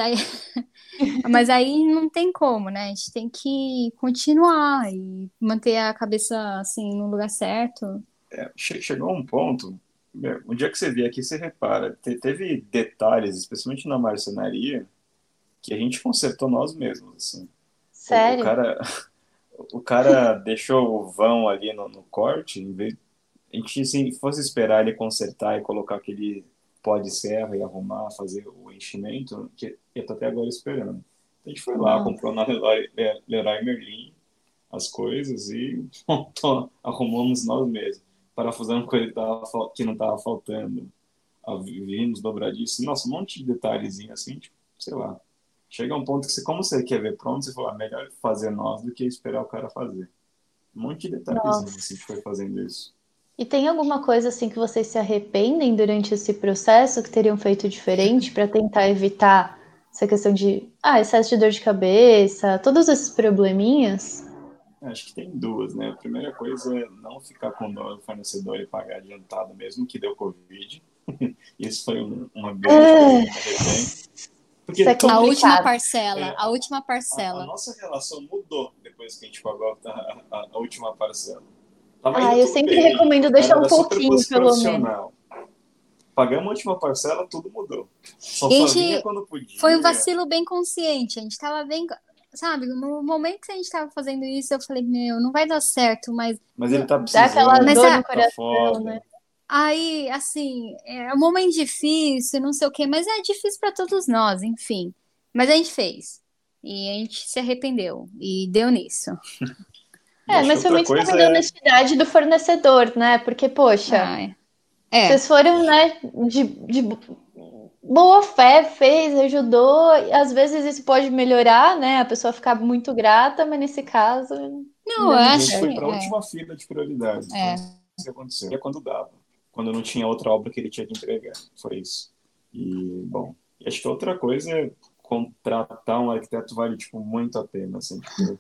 Mas aí não tem como, né? A gente tem que continuar e manter a cabeça assim no lugar certo. Chegou um ponto, um dia que você vê aqui, você repara, teve detalhes, especialmente na marcenaria, que a gente consertou nós mesmos, assim. O Sério? cara, o cara deixou o vão ali no corte, a gente, se fosse esperar ele consertar e colocar aquele pó de serra e arrumar, fazer o enchimento, que eu tô até agora esperando. A gente foi lá, Nossa. comprou na Leroy Merlin as coisas e arrumamos nós mesmos. Parafusando coisa que não estava faltando. Vimos dobradiço. Nossa, um monte de detalhezinho assim, tipo, sei lá. Chega um ponto que como você quer ver pronto, você fala, melhor fazer nós do que esperar o cara fazer. Um monte de detalhezinho assim, a gente Nossa. foi fazendo isso. E tem alguma coisa assim que vocês se arrependem durante esse processo que teriam feito diferente para tentar evitar essa questão de excesso de dor de cabeça, todos esses probleminhas? Acho que tem duas, né? A primeira coisa é não ficar com dó do fornecedor e pagar adiantado, mesmo que deu Covid. Isso foi uma grande coisa que eu me arrependo. Isso Porque é A última complicado. parcela, é, a última a parcela. nossa relação mudou depois que a gente pagou a última parcela. Tava indo Eu tudo sempre bem, recomendo o cara deixar um era super pouquinho, pelo menos. profissional. Pagamos a última parcela, tudo mudou. E a Só vinha gente quando foi um podia. vacilo bem consciente. A gente tava bem, sabe, no momento que a gente tava fazendo isso, eu falei, meu, não vai dar certo, mas Mas ele tá Dá aquela mas precisando, dor no tá coração, né? foda. aí, assim, é um momento difícil, não sei o quê, mas é difícil para todos nós, enfim. Mas a gente fez. E a gente se arrependeu. E deu nisso. E acho que Mas foi outra muito coisa também da é. honestidade do fornecedor, né? Porque, poxa, Ah, é. vocês foram, né, boa fé, fez, ajudou, e às vezes isso pode melhorar, né? A pessoa ficar muito grata, mas nesse caso não Não, deu eu muito A gente acho. foi certo. para a última fila de prioridades. Foi É. isso que aconteceu. E é quando dava. Quando não tinha outra obra que ele tinha que entregar. Foi isso. E, bom, acho que outra coisa é contratar um arquiteto vale, tipo, muito a pena, assim, tipo,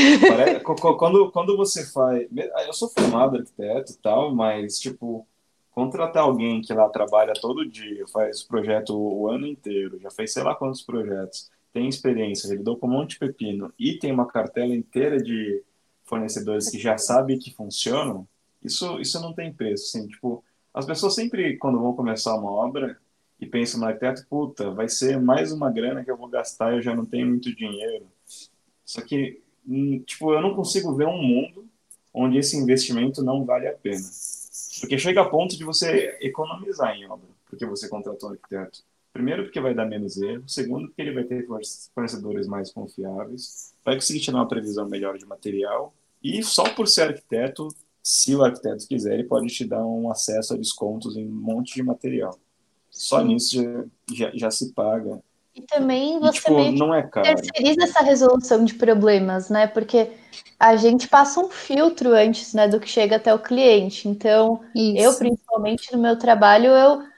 quando você faz... Eu sou formado arquiteto e tal, mas, tipo, contratar alguém que lá trabalha todo dia, faz projeto o ano inteiro, já fez sei lá quantos projetos, tem experiência, lidou com um monte de pepino e tem uma cartela inteira de fornecedores que já sabem que funcionam, isso não tem preço, assim, tipo, as pessoas sempre, quando vão começar uma obra e pensam no arquiteto, puta, vai ser mais uma grana que eu vou gastar, eu já não tenho muito dinheiro. Só que, tipo, eu não consigo ver um mundo onde esse investimento não vale a pena. Porque chega a ponto de você economizar em obra, porque você contratou um arquiteto. Primeiro, porque vai dar menos erro. Segundo, porque ele vai ter fornecedores mais confiáveis. Vai conseguir te dar uma previsão melhor de material. E só por ser arquiteto, se o arquiteto quiser, ele pode te dar um acesso a descontos em um monte de material. Só Sim. nisso já se paga. E também E, você tipo, meio que não é caro. terceiriza essa resolução de problemas, né? Porque a gente passa um filtro antes, né, do que chega até o cliente. Então, eu, Isso. principalmente no meu trabalho,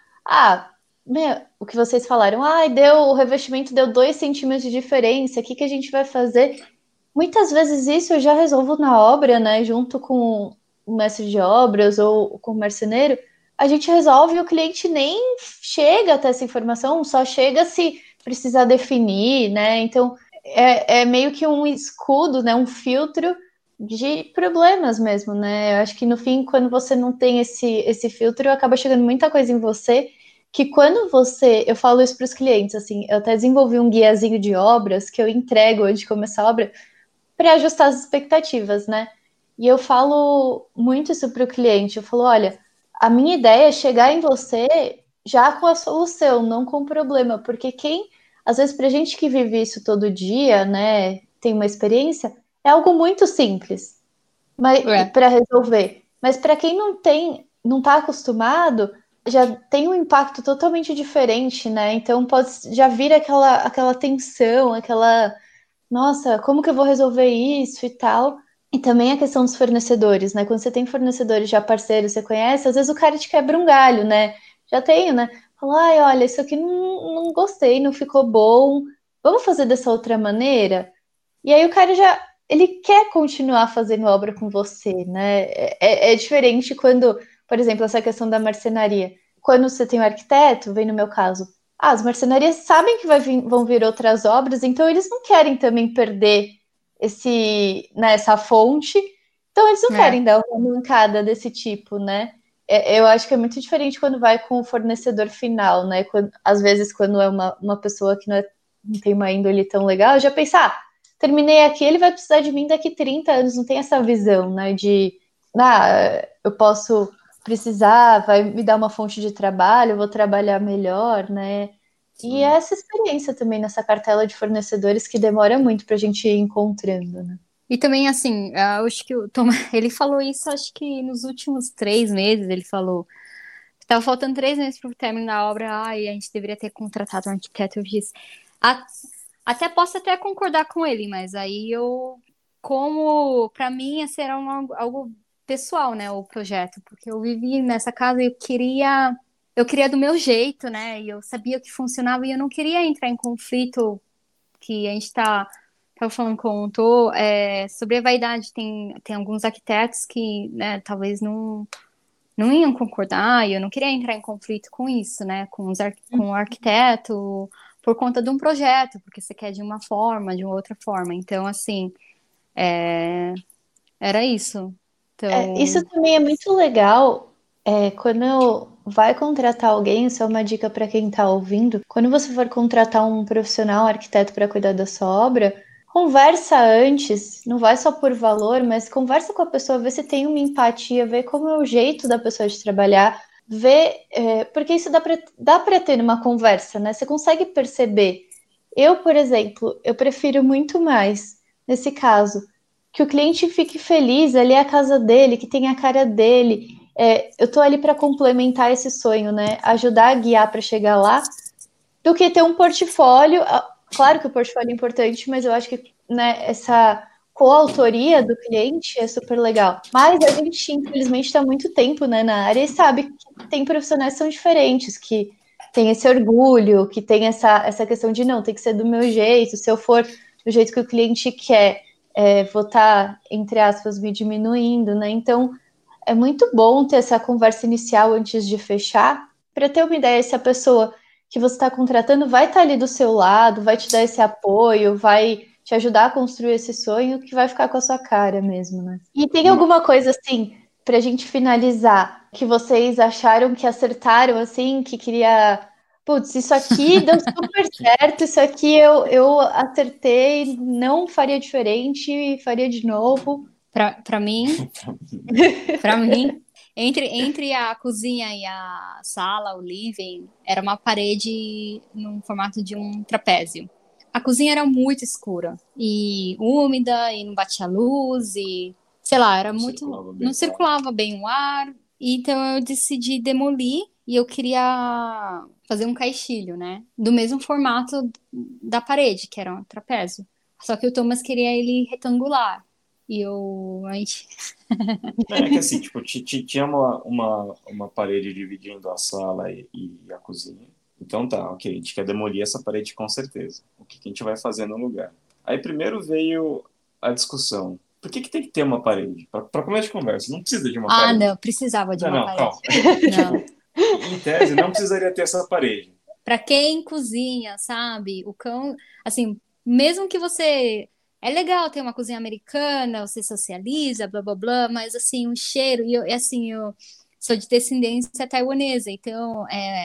o que vocês falaram, o revestimento deu 2 centímetros de diferença, o que que a gente vai fazer? Muitas vezes isso eu já resolvo na obra, né, junto com o mestre de obras ou com o marceneiro, a gente resolve e o cliente nem chega até essa informação, só chega se precisar definir, né? Então é meio que um escudo, né? Um filtro de problemas mesmo, né? Eu acho que no fim, quando você não tem esse filtro, acaba chegando muita coisa em você que quando eu falo isso para os clientes, assim, eu até desenvolvi um guiazinho de obras que eu entrego antes de começar a obra para ajustar as expectativas, né? E eu falo muito isso para o cliente. Eu falo, olha, a minha ideia é chegar em você já com a solução, não com o problema, porque às vezes, para gente que vive isso todo dia, né, tem uma experiência, é algo muito simples, mas É. para resolver. Mas para quem não está acostumado, já tem um impacto totalmente diferente, né? Então já vira aquela tensão, aquela nossa, como que eu vou resolver isso e tal? E também a questão dos fornecedores, né? Quando você tem fornecedores já parceiros, você conhece, às vezes o cara te quebra um galho, né? Já tenho, né? Fala, ai, olha, isso aqui não gostei, não ficou bom. Vamos fazer dessa outra maneira? E aí o cara ele quer continuar fazendo obra com você, né? É diferente quando, por exemplo, essa questão da marcenaria. Quando você tem um arquiteto, vem no meu caso, as marcenarias sabem que vão vir outras obras, então eles não querem também perder essa fonte, então eles não querem dar uma mancada desse tipo, né? Eu acho que é muito diferente quando vai com o fornecedor final, né? Às vezes, quando é uma pessoa que não tem uma índole tão legal, já pensa, terminei aqui, ele vai precisar de mim daqui 30 anos, não tem essa visão, né? Eu posso precisar, vai me dar uma fonte de trabalho, eu vou trabalhar melhor, né? E é essa experiência também nessa cartela de fornecedores que demora muito para a gente ir encontrando, né? E também, assim, eu acho que o Tom, ele falou isso, acho que nos últimos 3 meses, ele falou que tava faltando 3 meses para o término da obra, e a gente deveria ter contratado um arquiteto. Eu disse, até posso até concordar com ele, mas aí como, para mim, esse era algo pessoal, né, o projeto, porque eu vivi nessa casa e eu queria do meu jeito, né, e eu sabia que funcionava e eu não queria entrar em conflito que a gente tava falando com o Tô, sobre a vaidade. Tem alguns arquitetos que, né, talvez não iam concordar, e eu não queria entrar em conflito com isso, né, com o arquiteto, por conta de um projeto, porque você quer de uma forma, de outra forma. Então, assim, era isso. Isso Então, também é muito legal. Quando vai contratar alguém, isso é uma dica para quem está ouvindo. Quando você for contratar um profissional, um arquiteto para cuidar da sua obra, conversa antes, não vai só por valor, mas conversa com a pessoa, vê se tem uma empatia, vê como é o jeito da pessoa de trabalhar, porque isso dá para ter numa conversa, né? Você consegue perceber. Eu, por exemplo, eu prefiro muito mais, nesse caso, que o cliente fique feliz, ali é a casa dele, que tem a cara dele. Eu tô ali para complementar esse sonho, né? Ajudar a guiar para chegar lá, do que ter um portfólio. Claro que o portfólio é importante, mas eu acho que, né, essa coautoria do cliente é super legal. Mas a gente, infelizmente, está há muito tempo, né, na área e sabe que tem profissionais que são diferentes, que tem esse orgulho, que tem essa questão de não, tem que ser do meu jeito, se eu for do jeito que o cliente quer, vou estar, entre aspas, me diminuindo, né? Então, é muito bom ter essa conversa inicial antes de fechar, para ter uma ideia se a pessoa que você está contratando vai estar ali do seu lado, vai te dar esse apoio, vai te ajudar a construir esse sonho que vai ficar com a sua cara mesmo, né? E tem alguma coisa assim, para a gente finalizar, que vocês acharam que acertaram, assim, que queria... Putz, isso aqui deu super certo, isso aqui eu acertei, não faria diferente, faria de novo. Para mim, entre a cozinha e a sala, o living, era uma parede no formato de um trapézio. A cozinha era muito escura e úmida e não batia luz e, sei lá, era muito, não circulava bem o ar. Então eu decidi demolir e eu queria fazer um caixilho, né? Do mesmo formato da parede, que era um trapézio. Só que o Thomas queria ele retangular. A gente É que assim, tipo, tinha uma parede dividindo a sala e a cozinha. Então tá, ok, a gente quer demolir essa parede com certeza. O que a gente vai fazer no lugar? Aí primeiro veio a discussão. Por que tem que ter uma parede? Para começo de conversa, não precisa de uma parede. não, precisava de uma parede. Calma. Tipo, em tese, não precisaria ter essa parede. Para quem cozinha, sabe? O cão, assim, mesmo que você. É legal ter uma cozinha americana, você socializa, blá blá blá, mas assim, o cheiro, eu sou de descendência taiwanesa, então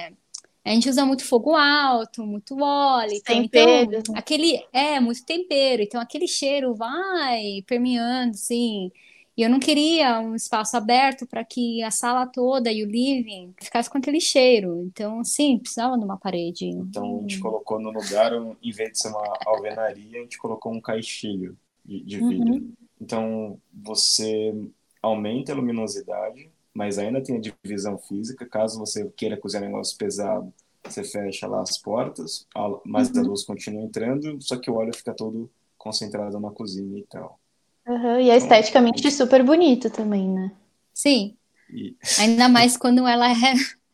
a gente usa muito fogo alto, muito óleo, Tempero. então aquele muito tempero, então aquele cheiro vai permeando, assim. E eu não queria um espaço aberto para que a sala toda e o living ficasse com aquele cheiro. Então, sim, precisava de uma parede. Então a gente colocou no lugar, em vez de ser uma alvenaria, a gente colocou um caixilho de vidro. Então você aumenta a luminosidade, mas ainda tem a divisão física. Caso você queira cozinhar um negócio pesado, você fecha lá as portas, mas a luz continua entrando, só que o óleo fica todo concentrado na cozinha e tal. E é esteticamente super bonito também, né? Sim. Ainda mais quando ela é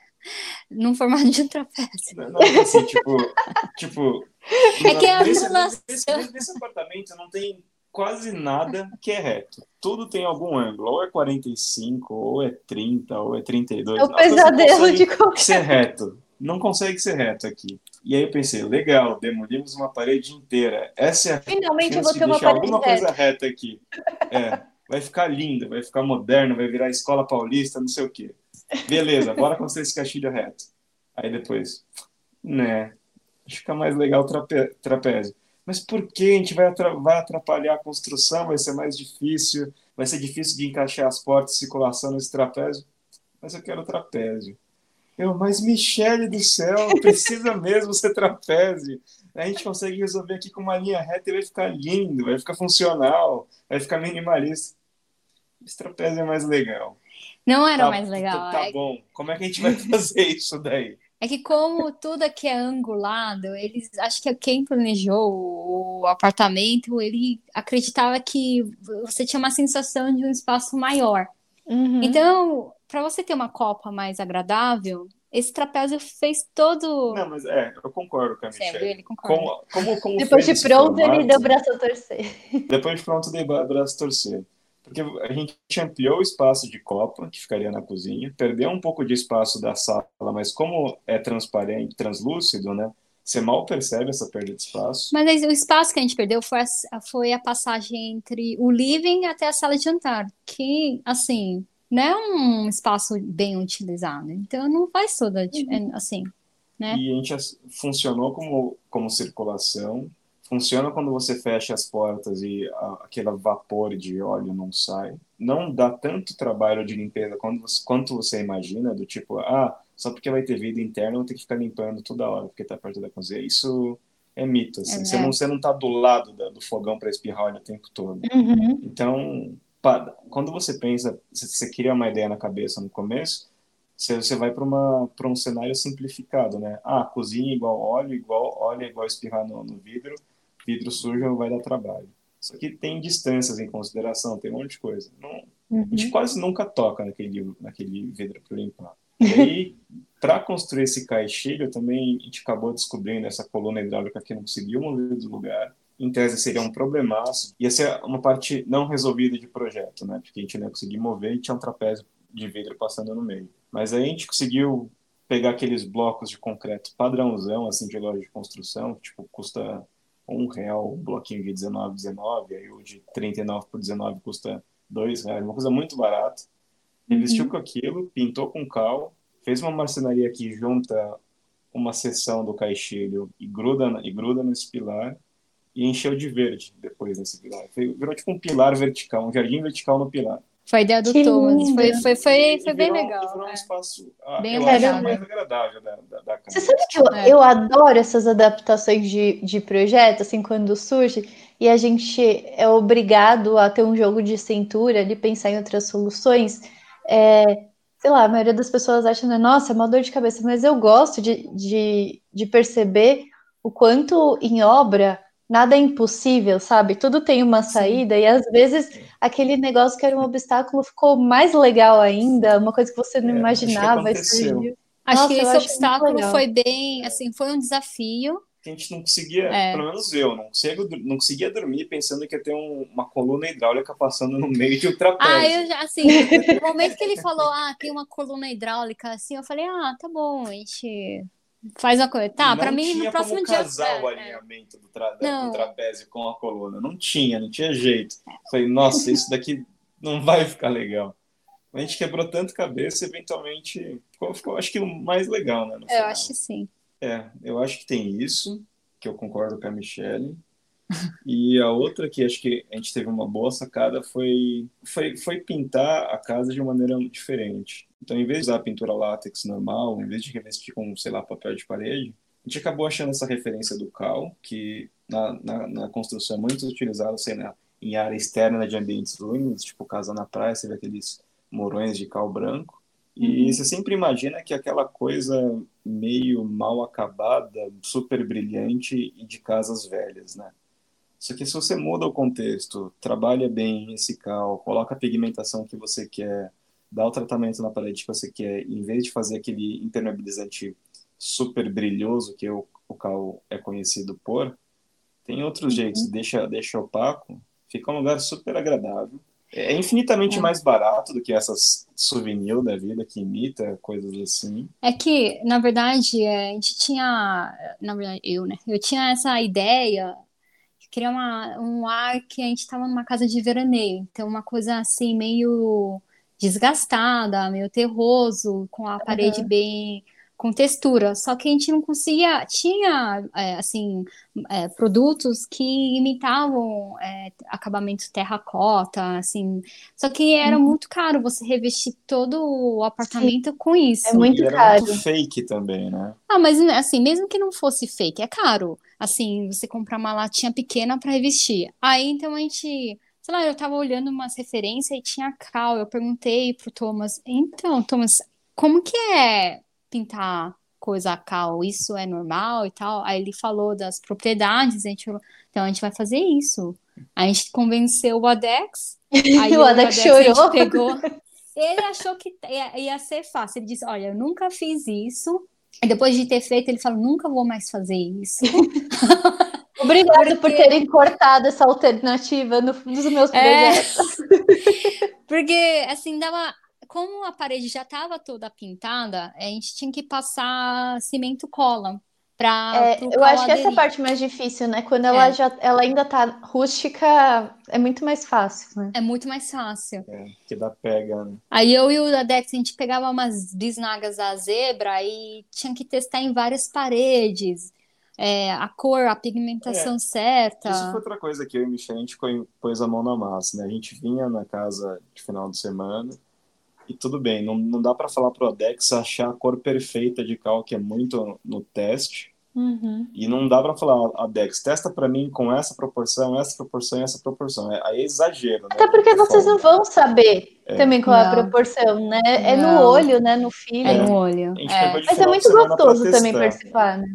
num formato de um trapézio. Não, assim, tipo é que a nesse apartamento não tem quase nada que é reto. Tudo tem algum ângulo. Ou é 45, ou é 30, ou é 32. É o pesadelo de qualquer... ser reto. Não consegue ser reto aqui. E aí eu pensei, legal, demolimos uma parede inteira. Essa é a Finalmente chance eu vou de ter uma deixar parede alguma coisa reta aqui. Vai ficar lindo, vai ficar moderno, vai virar escola paulista, não sei o quê. Beleza, bora construir esse caixilho reto. Aí depois, né, fica mais legal o trapézio. Mas por que a gente vai atrapalhar a construção? Vai ser mais difícil, vai ser difícil de encaixar as portas de circulação nesse trapézio. Mas eu quero trapézio. Mas Michele do céu, precisa mesmo ser trapézio. A gente consegue resolver aqui com uma linha reta e vai ficar lindo, vai ficar funcional, vai ficar minimalista. Esse trapézio é mais legal. Não era mais legal. Tá bom. Como é que a gente vai fazer isso daí? É que como tudo aqui é angulado, acho que quem planejou o apartamento, ele acreditava que você tinha uma sensação de um espaço maior. Então, para você ter uma copa mais agradável, esse trapézio fez todo... Não, mas eu concordo com a Michelle. Sério, ele concorda. Como Depois de pronto, ele deu o braço a torcer. Depois de pronto, deu o braço a torcer. Porque a gente ampliou o espaço de copa, que ficaria na cozinha, perdeu um pouco de espaço da sala, mas como é transparente, translúcido, né? Você mal percebe essa perda de espaço. Mas o espaço que a gente perdeu foi a passagem entre o living até a sala de jantar, que, assim, não é um espaço bem utilizado. Então, não faz toda, assim, né? E a gente funcionou como circulação. Funciona quando você fecha as portas e aquele vapor de óleo não sai. Não dá tanto trabalho de limpeza quanto você imagina, do tipo, só porque vai ter vida interna, eu vou ter que ficar limpando toda hora, porque tá perto da cozinha. Isso é mito, assim. Você não tá do lado do fogão para espirrar óleo o tempo todo. Então, quando você pensa, você cria uma ideia na cabeça no começo, você vai para um cenário simplificado, né? Ah, cozinha igual óleo é igual espirrar no vidro, vidro sujo vai dar trabalho. Só que tem distâncias em consideração, tem um monte de coisa. Não, a gente Uhum. quase nunca toca naquele vidro para limpar. E aí, para construir esse caixilho, também a gente acabou descobrindo essa coluna hidráulica que não conseguiu mover do lugar. Em tese seria um problemaço. Ia ser uma parte não resolvida de projeto, né? Porque a gente não ia conseguir mover e tinha um trapézio de vidro passando no meio. Mas aí a gente conseguiu pegar aqueles blocos de concreto padrãozão, assim, de loja de construção, que, tipo, custa R$ 1 um bloquinho de 19, aí o de 39 por 19 custa R$ 2, uma coisa muito barata. Ele vestiu Uhum. com aquilo, pintou com cal, fez uma marcenaria que junta uma seção do caixilho e gruda nesse pilar e encheu de verde depois desse pilar. Virou tipo um pilar vertical, um jardim vertical no pilar. Foi a ideia do Que Thomas. lindo! Foi bem E legal. virou um espaço, Bem eu acho, agradável. Caramba! mais agradável da Você casa. sabe que eu, É. eu adoro essas adaptações de projeto, assim, quando surge, e a gente é obrigado a ter um jogo de cintura, de pensar em outras soluções. Sei lá, a maioria das pessoas acha, né, nossa, é uma dor de cabeça, mas eu gosto de perceber o quanto em obra nada é impossível, sabe? Tudo tem uma Sim. saída, e às vezes aquele negócio que era um obstáculo ficou mais legal ainda, uma coisa que você não Acho que imaginava e aconteceu. surgiu. Acho que Nossa, eu esse acho muito obstáculo legal. foi bem, assim, foi um desafio. Que a gente não conseguia, pelo É. menos eu, não conseguia dormir pensando que ia ter uma coluna hidráulica passando no meio de um Ah, trapézio. eu já, assim, no momento que ele falou, tem uma coluna hidráulica, assim, eu falei, tá bom, a gente faz a coisa. E Tá, pra não mim, no tinha como próximo dia. casar o alinhamento do Não, trapézio com a coluna. Não tinha jeito. Falei, nossa, isso daqui não vai ficar legal. A gente quebrou tanto cabeça, eventualmente ficou, acho que o mais legal, né, no eu acho final. que sim. Eu acho que tem isso, que eu concordo com a Michelle. E a outra que acho que a gente teve uma boa sacada foi pintar a casa de uma maneira diferente. Então, em vez de usar a pintura látex normal, em vez de revestir com, sei lá, papel de parede, a gente acabou achando essa referência do cal, que na construção é muito utilizado, sei lá, em área externa de ambientes úmidos, tipo casa na praia, você vê aqueles morões de cal branco. E você Uhum. sempre imagina que aquela coisa meio mal acabada, super brilhante e de casas velhas, né? Só que se você muda o contexto, trabalha bem esse cal, coloca a pigmentação que você quer, dá o tratamento na parede que você quer, em vez de fazer aquele impermeabilizante super brilhoso que o cal é conhecido por, tem outros jeitos, Uhum. deixa opaco, fica um lugar super agradável. É infinitamente É. mais barato do que essas souvenir da vida que imita coisas assim. É que, na verdade, a gente tinha, na verdade, eu, né? Eu tinha essa ideia de criar um ar que a gente estava numa casa de veraneio. Então, uma coisa assim, meio desgastada, meio terroso, com a parede Aham. bem com textura. Só que a gente não conseguia. Tinha, assim, produtos que imitavam acabamento terracota, assim. Só que era Uhum. muito caro você revestir todo o Sim, apartamento com é isso. muito E era muito caro. fake também, né? Mas assim, mesmo que não fosse fake, é caro. Assim, você comprar uma latinha pequena para revestir. Aí então a gente, sei lá, eu tava olhando umas referências e tinha cal. Eu perguntei pro Thomas, então, Thomas, como que é pintar coisa a cal? Isso é normal e tal? Aí ele falou das propriedades, a gente falou, então a gente vai fazer isso. A gente convenceu o Adex, aí O eu e o Alex Adex a gente chorou. pegou. Ele achou que ia ser fácil. Ele disse: Olha, eu nunca fiz isso. E depois de ter feito, ele falou: Nunca vou mais fazer isso. Obrigado por Porque, terem cortado essa alternativa nos meus é, projetos. porque assim, dava. Como a parede já estava toda pintada, a gente tinha que passar cimento cola para o Eu cal acho que essa é a aderir. parte mais difícil, né? Quando É, ela ainda tá rústica, é muito mais fácil, né? é muito mais fácil. Que dá pega, né? Aí eu e o Adex, a gente pegava umas bisnagas da zebra e tinha que testar em várias paredes. A cor, a pigmentação É, isso foi certa. outra coisa que eu e o Michel, a gente pôs a mão na massa, né? A gente vinha na casa de final de semana e tudo bem, não dá para falar pro Adex achar a cor perfeita de cal, que é muito no teste, Uhum. E não dá para falar, Dex, testa para mim com essa proporção, essa proporção e essa proporção. Aí é exagero, né? Até porque vocês não vão saber também qual é a Não, proporção, né? É no não. olho, né? No É feeling. no olho. A gente pegou É. de Mas é final de muito semana para gostoso também testar. participar, né?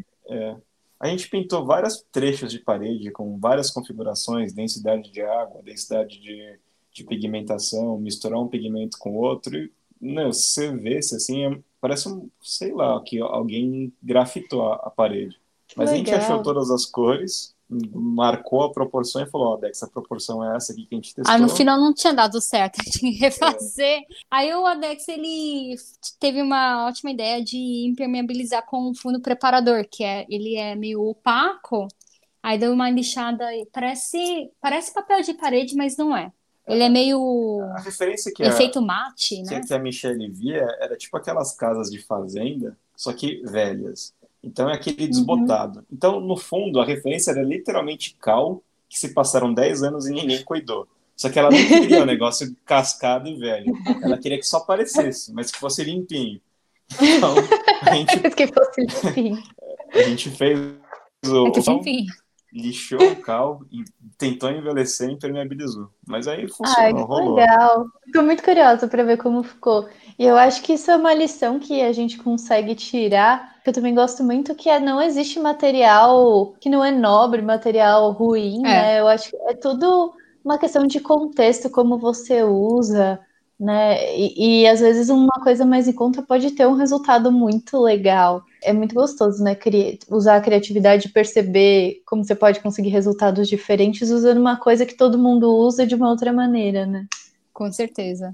A gente pintou vários trechos de parede com várias configurações, densidade de água, densidade de pigmentação, misturar um pigmento com outro. E, não, se você vê, se assim, parece sei lá, que alguém grafitou a parede. Que Mas a gente achou legal. todas as cores, marcou a proporção e falou, Dex, a proporção é essa aqui que a gente Aí no testou. final não tinha dado certo, tinha que refazer. Aí o Adex, ele teve uma ótima ideia de impermeabilizar com um fundo preparador, ele é meio opaco. Aí deu uma lixada, parece papel de parede, mas não é. Ele é meio A referência efeito mate, né? que a Michelle via era tipo aquelas casas de fazenda, só que velhas. Então é aquele Uhum. desbotado. Então, no fundo, a referência era literalmente cal, que se passaram 10 anos e ninguém cuidou. Só que ela não queria o negócio cascado e velho. Ela queria que só aparecesse, mas que fosse limpinho. Então, Que fosse limpinho. a gente fez É que, o cal, enfim. lixou o cal, e tentou envelhecer e impermeabilizou. Mas aí Ai, funcionou, que rolou. legal. Estou muito curiosa para ver como ficou. E eu acho que isso é uma lição que a gente consegue tirar, que eu também gosto muito, que é não existe material que não é nobre, material ruim, É, né? Eu acho que é tudo uma questão de contexto, como você usa, né? E às vezes uma coisa mais em conta pode ter um resultado muito legal. É muito gostoso, né? Usar a criatividade e perceber como você pode conseguir resultados diferentes usando uma coisa que todo mundo usa de uma outra maneira, né? com certeza.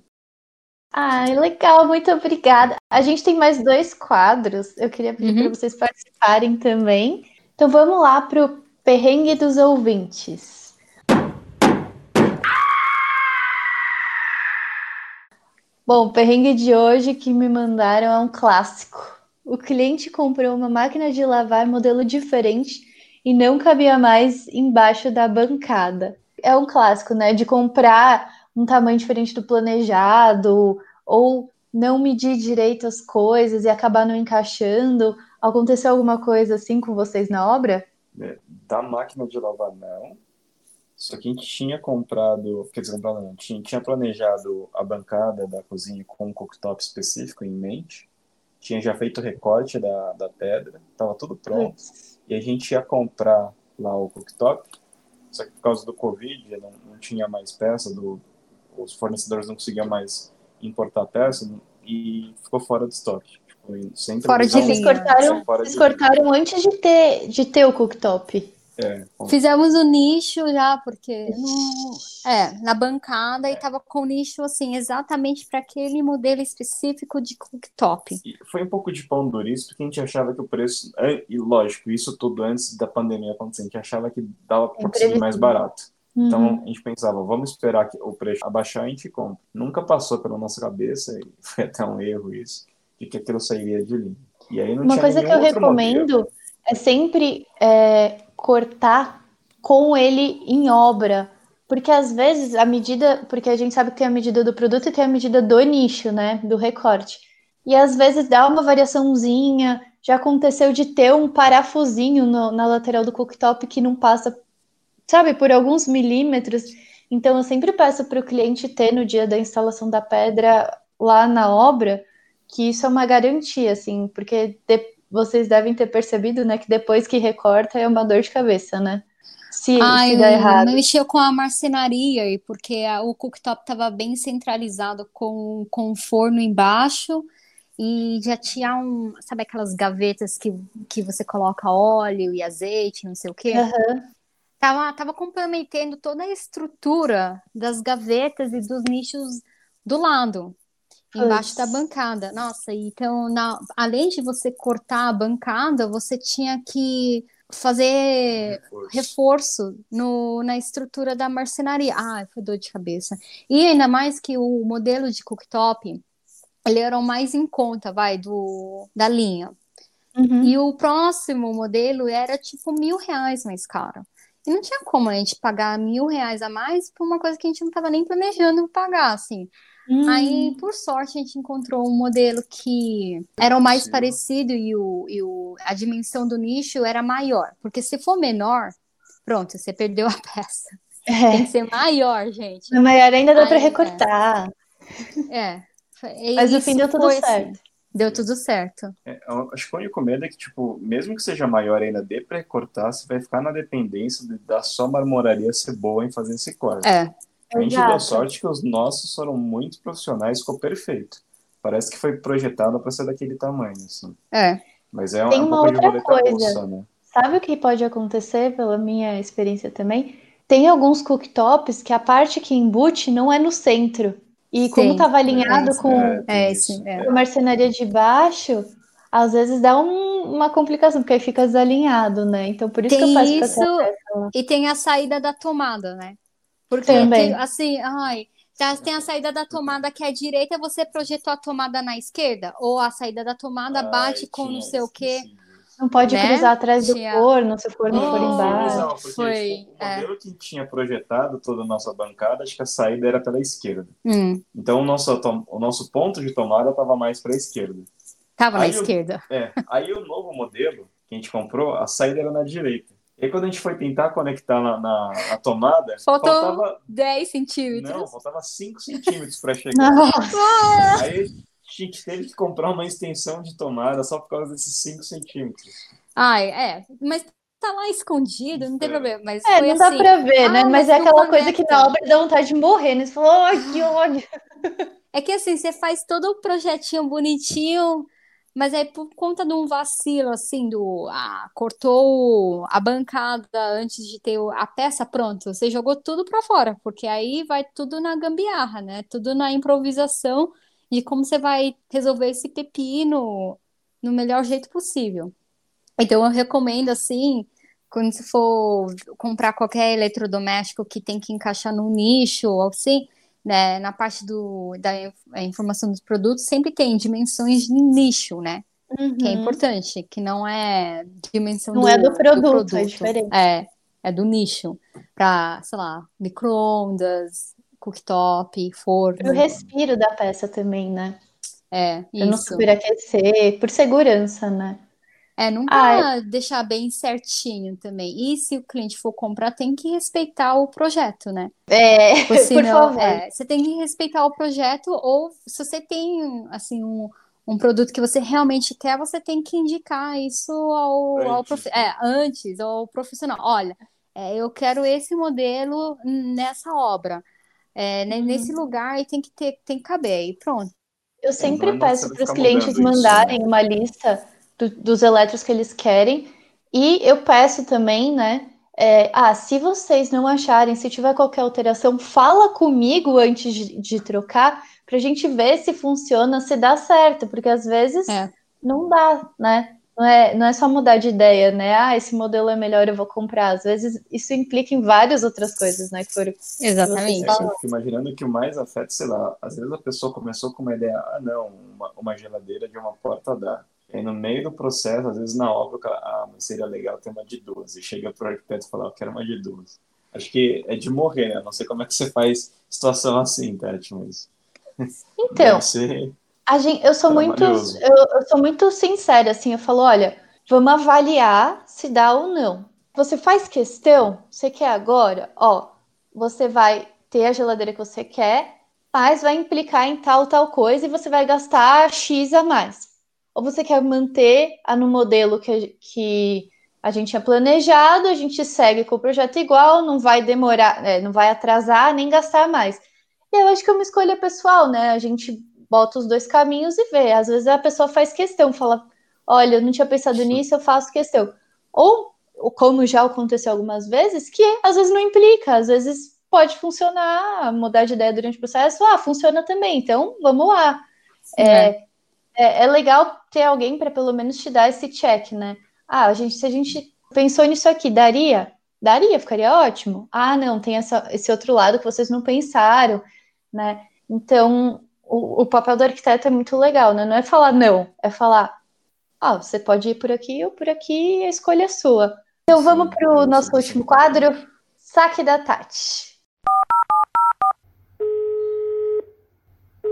Ai, legal, muito obrigada. A gente tem mais 2 quadros. Eu queria pedir para Uhum. vocês participarem também. Então vamos lá para o perrengue dos ouvintes. Bom, o perrengue de hoje que me mandaram é um clássico. O cliente comprou uma máquina de lavar modelo diferente e não cabia mais embaixo da bancada. É um clássico, né? De comprar um tamanho diferente do planejado ou não medir direito as coisas e acabar não encaixando. Aconteceu alguma coisa assim com vocês na obra? Da máquina de lavar, não. Só que a gente tinha comprado, quer dizer, comprado não, tinha planejado a bancada da cozinha com um cooktop específico em mente, tinha já feito o recorte da pedra, estava tudo pronto, Putz. e a gente ia comprar lá o cooktop, só que por causa do Covid não tinha mais peça, os fornecedores não conseguiam mais importar peça, e ficou fora de estoque, tipo, sem Fora de Ah, previsão, linha. fora vocês de linha. cortaram antes de ter o cooktop. É, Fizemos o nicho já, porque na bancada e tava com o nicho assim, exatamente para aquele modelo específico de cooktop. e foi um pouco de pão duríssimo, porque a gente achava que o preço. E lógico, isso tudo antes da pandemia acontecer, a gente achava que dava É para conseguir mais imprevisível. barato. Então Uhum. a gente pensava, vamos esperar que o preço abaixar e a gente compra. Nunca passou pela nossa cabeça, e foi até um erro isso, de que aquilo sairia de linha. E aí não Uma tinha coisa que nenhum eu outro modelo. recomendo é sempre cortar com ele em obra, porque às vezes a medida, porque a gente sabe que tem a medida do produto e tem a medida do nicho, né, do recorte. E às vezes dá uma variaçãozinha. Já aconteceu de ter um parafusinho na lateral do cooktop que não passa, sabe, por alguns milímetros. Então eu sempre peço para o cliente ter no dia da instalação da pedra lá na obra, que isso é uma garantia, assim, porque vocês devem ter percebido, né, que depois que recorta é uma dor de cabeça, né? Se dá Ai, errado. mexeu com a marcenaria, e porque o cooktop estava bem centralizado com o forno embaixo e já tinha sabe aquelas gavetas que você coloca óleo e azeite, não sei o quê? Aham. Tava comprometendo toda a estrutura das gavetas e dos nichos do lado, embaixo da Putz. bancada. Nossa, então, além de você cortar a bancada, você tinha que fazer Reforço. reforço na estrutura da marcenaria. Ai, foi dor de cabeça. E ainda mais que o modelo de cooktop, ele era o mais em conta, da linha. E Uhum. o próximo modelo era tipo R$ 1.000 mais caro. E não tinha como a gente pagar R$ 1.000 a mais por uma coisa que a gente não estava nem planejando pagar, assim. Aí, por sorte, a gente encontrou um modelo que era o mais Possível. parecido e a dimensão do nicho era maior. Porque se for menor, pronto, você perdeu a peça. Tem que ser maior, gente. Na maior ainda dá para Aí, recortar. E Mas no fim isso deu tudo foi certo. assim. Deu tudo certo. Eu acho que o único medo é que, tipo, mesmo que seja maior ainda, dê pra recortar, você vai ficar na dependência da sua marmoraria ser boa em fazer esse corte. A gente deu Exato. sorte que os nossos foram muito profissionais, ficou perfeito. Parece que foi projetado para ser daquele tamanho, assim. Mas é Tem um uma pouco de outra roleta coisa. russa, né? Sabe o que pode acontecer, pela minha experiência também? Tem alguns cooktops que a parte que embute não é no centro. E como Sim. estava alinhado com Tem Esse, isso. a marcenaria de baixo, às vezes dá uma complicação, porque aí fica desalinhado, né? Então, por isso que eu peço Tem para isso ter a peça lá. e tem a saída da tomada, né? Porque tem, Também. assim, tem a saída da tomada que é direita, você projetou a tomada na esquerda, ou a saída da tomada bate com não sei o quê, Não pode né? cruzar atrás do Tinha. forno, se o forno for Foi embaixo. bizarro, porque Foi. tipo, o modelo que tinha projetado toda a nossa bancada, acho que a saída era pela esquerda. Hum, Então o nosso ponto de tomada estava mais para a esquerda. tava na Aí esquerda. aí o novo modelo que a gente comprou, a saída era na direita. E aí, quando a gente foi tentar conectar na tomada, Faltou faltava 10 centímetros. faltava 5 centímetros para chegar. Nossa. Aí a gente teve que comprar uma extensão de tomada só por causa desses 5 centímetros. Mas tá lá escondido, não tem problema. Mas É, foi não dá assim. pra ver, né? Mas Mas é não aquela coisa que na conecta. obra dá vontade de morrer, né? Você falou, ai, que ódio. É que assim, você faz todo o projetinho bonitinho, mas aí por conta de um vacilo, assim, cortou a bancada antes de ter a peça pronta, você jogou tudo pra fora, porque aí vai tudo na gambiarra, né? Tudo na improvisação de como você vai resolver esse pepino no melhor jeito possível. Então eu recomendo, assim, quando você for comprar qualquer eletrodoméstico que tem que encaixar num nicho, ou assim, né, na parte da informação dos produtos, sempre tem dimensões de nicho, né? Que é Uhum. importante, que não é dimensão Não é do do produto, é produto, diferente. é do nicho. Para, sei lá, micro-ondas, cooktop, Pro forno, respiro da peça também, né? Pra não isso. superaquecer, por segurança, né? Nunca Ah, deixar bem certinho também. E se o cliente for comprar, tem que respeitar o projeto, né? Porque por senão, favor. você tem que respeitar o projeto, ou se você tem, assim, um produto que você realmente quer, você tem que indicar isso antes, ao profissional. Olha, eu quero esse modelo nessa obra, nesse Uhum. lugar, e tem que caber, e pronto. Eu Não sempre adianta você peço vai para os ficar clientes mudando isso, né? mandarem uma lista dos elétrons que eles querem. E eu peço também, né? Se vocês não acharem, se tiver qualquer alteração, fala comigo antes de trocar, para a gente ver se funciona, se dá certo, porque às vezes não dá, né? Não é só mudar de ideia, né? Esse modelo é melhor, eu vou comprar. Às vezes isso implica em várias outras coisas, né? Que vocês Exatamente. Eu falam. fico imaginando que o mais afeta, sei lá, às vezes a pessoa começou com uma ideia, não, uma geladeira de uma porta dá. E aí no meio do processo, às vezes na obra, o cara, mas seria legal ter uma de duas. E chega pro arquiteto e fala, eu quero uma de duas. Acho que é de morrer, né? Não sei como é que você faz situação assim, Tati, mas deve Então, ser eu sou muito, trabalhoso. eu sou muito sincera, assim, eu falo, olha, vamos avaliar se dá ou não. Você faz questão? Você quer agora? Ó, você vai ter a geladeira que você quer, mas vai implicar em tal coisa e você vai gastar X a mais. Ou você quer manter no modelo que a gente tinha planejado, a gente segue com o projeto igual, não vai demorar, não vai atrasar nem gastar mais. E eu acho que é uma escolha pessoal, né? A gente bota os dois caminhos e vê. Às vezes a pessoa faz questão, fala: olha, eu não tinha pensado nisso, eu faço questão. Ou como já aconteceu algumas vezes, que às vezes não implica, às vezes pode funcionar, mudar de ideia durante o processo, funciona também, então vamos lá. É legal ter alguém para pelo menos te dar esse check, né? Se a gente pensou nisso aqui, daria? Daria, ficaria ótimo. Não, tem esse outro lado que vocês não pensaram, né? Então, o papel do arquiteto é muito legal, né? Não é falar não, é falar, você pode ir por aqui ou por aqui, a escolha é sua. Então, vamos Sim, para o justo, nosso justo. último quadro, Saque da Tati.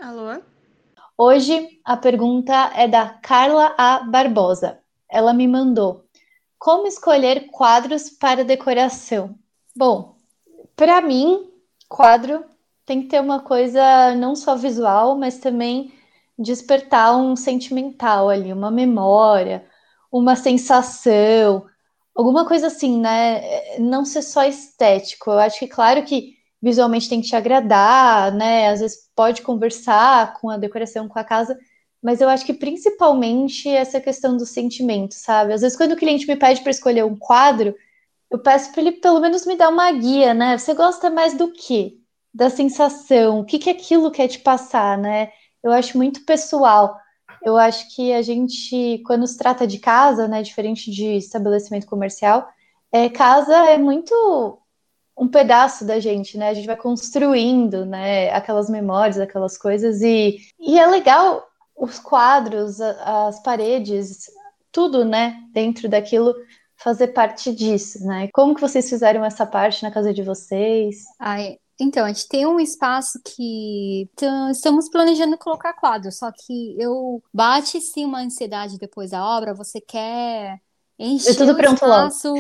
Alô? Hoje a pergunta é da Carla A. Barbosa. Ela me mandou: como escolher quadros para decoração? Bom, para mim, quadro tem que ter uma coisa não só visual, mas também despertar um sentimental ali, uma memória, uma sensação, alguma coisa assim, né? Não ser só estético. Eu acho que, claro que visualmente tem que te agradar, né? Às vezes pode conversar com a decoração, com a casa, mas eu acho que principalmente essa questão do sentimento, sabe? Às vezes, quando o cliente me pede para escolher um quadro, eu peço para ele pelo menos me dar uma guia, né? Você gosta mais do quê? Da sensação, o que que aquilo quer te passar, né? Eu acho muito pessoal. Eu acho que a gente, quando se trata de casa, né, diferente de estabelecimento comercial, casa é muito um pedaço da gente, né? A gente vai construindo, né, aquelas memórias, aquelas coisas, e é legal os quadros, as paredes, tudo, né, dentro daquilo fazer parte disso, né? Como que vocês fizeram essa parte na casa de vocês? Ai, então, a gente tem um espaço que estamos planejando colocar quadros, só que eu bate sim uma ansiedade depois da obra, você quer É encher tudo o pronto logo. espaço,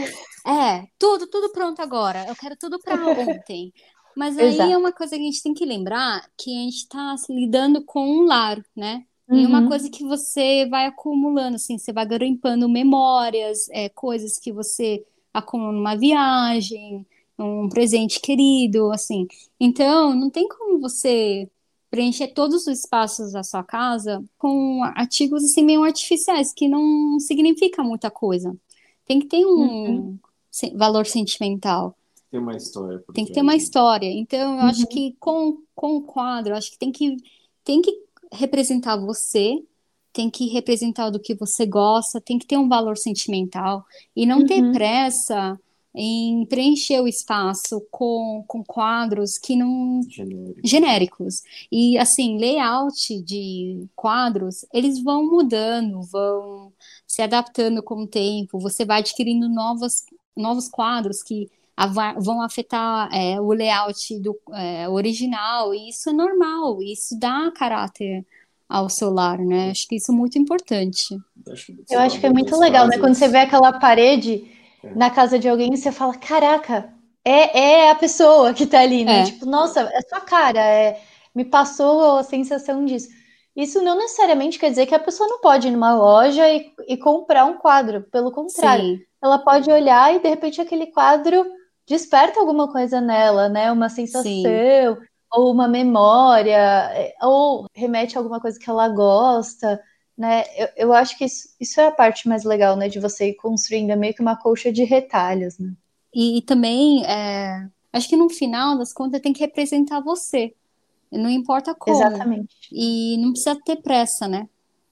tudo pronto agora, eu quero tudo para ontem. Mas aí é Exato. uma coisa que a gente tem que lembrar que a gente está lidando com um lar, né? E uma coisa Uhum. que você vai acumulando, assim, você vai garimpando memórias, coisas que você acumula numa viagem, um presente querido, assim. Então, não tem como você preencher todos os espaços da sua casa com artigos assim meio artificiais, que não significa muita coisa. Tem que ter Uhum. um valor sentimental, Tem uma história por tem que ter trás, uma né? história. Então, eu acho Uhum. que com o quadro, eu acho que tem que representar você, tem que representar do que você gosta, tem que ter um valor sentimental e não ter Uhum. pressa em preencher o espaço com quadros que não Genérico. genéricos. E assim, layout de quadros, eles vão mudando, vão se adaptando com o tempo. Você vai adquirindo novos quadros que vão afetar o layout do original, e isso é normal, isso dá caráter ao celular, né? Acho que isso é muito importante. Eu Sei lá, acho que é uma muito das legal, né? Quando você vê casas. aquela parede na casa de alguém, você fala, caraca, é a pessoa que tá ali, né? É, Tipo, nossa, é sua cara, me passou a sensação disso. Isso não necessariamente quer dizer que a pessoa não pode ir numa loja e comprar um quadro. Pelo contrário, sim, ela pode olhar e de repente aquele quadro desperta alguma coisa nela, né? Uma sim. sensação, ou uma memória, ou remete a alguma coisa que ela gosta, né? Eu acho que isso é a parte mais legal, né? De você ir construindo, é meio que uma colcha de retalhos, né? E também, acho que no final das contas tem que representar você, não importa como. Exatamente. E não precisa ter pressa, né?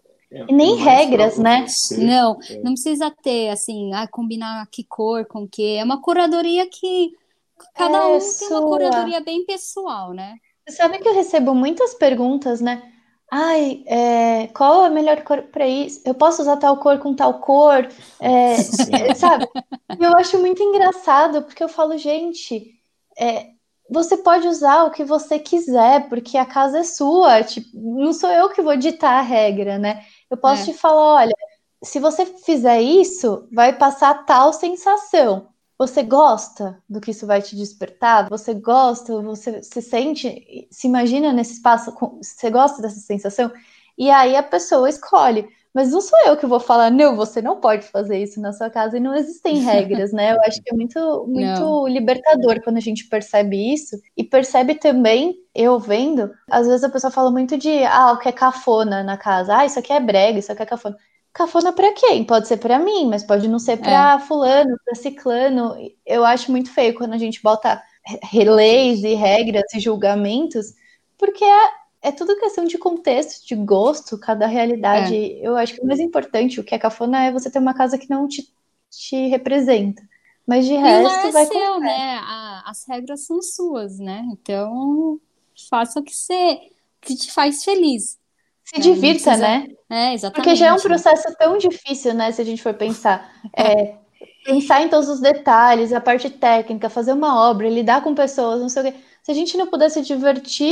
E É nem mais para regras, né? você. Não, não precisa ter, assim, combinar que cor com que. É uma curadoria que cada É um tem uma sua. curadoria bem pessoal, né? Você sabe que eu recebo muitas perguntas, né? Ai, qual a melhor cor para isso? Eu posso usar tal cor com tal cor? Nossa Senhora. Sabe? E eu acho muito engraçado, porque eu falo, gente, você pode usar o que você quiser, porque a casa é sua. Tipo, não sou eu que vou ditar a regra, né? Eu posso te É, falar, olha, se você fizer isso, vai passar tal sensação. Você gosta do que isso vai te despertar? Você gosta? Você se sente, se imagina nesse espaço? Você gosta dessa sensação? E aí a pessoa escolhe. Mas não sou eu que vou falar, não, você não pode fazer isso na sua casa e não existem regras, né? Eu acho que é muito, não, muito libertador quando a gente percebe isso e percebe também, eu vendo, às vezes a pessoa fala muito de, o que é cafona na casa, isso aqui é brega, isso aqui é cafona. Cafona para quem? Pode ser para mim, mas pode não ser é, para fulano, para ciclano. Eu acho muito feio quando a gente bota leis e regras e julgamentos, porque é tudo questão de contexto, de gosto, cada realidade. é. Eu acho que o mais importante, o que é cafona, é você ter uma casa que não te representa. Mas de E o lar resto, é vai com seu, né? As regras são suas, né? Então, faça o que te faz feliz, se né? Não divirta, precisa. né? É, Porque já é um exatamente. processo tão difícil, né? Se a gente for pensar. Pensar em todos os detalhes, a parte técnica, fazer uma obra, lidar com pessoas, não sei o quê. Se a gente não puder se divertir,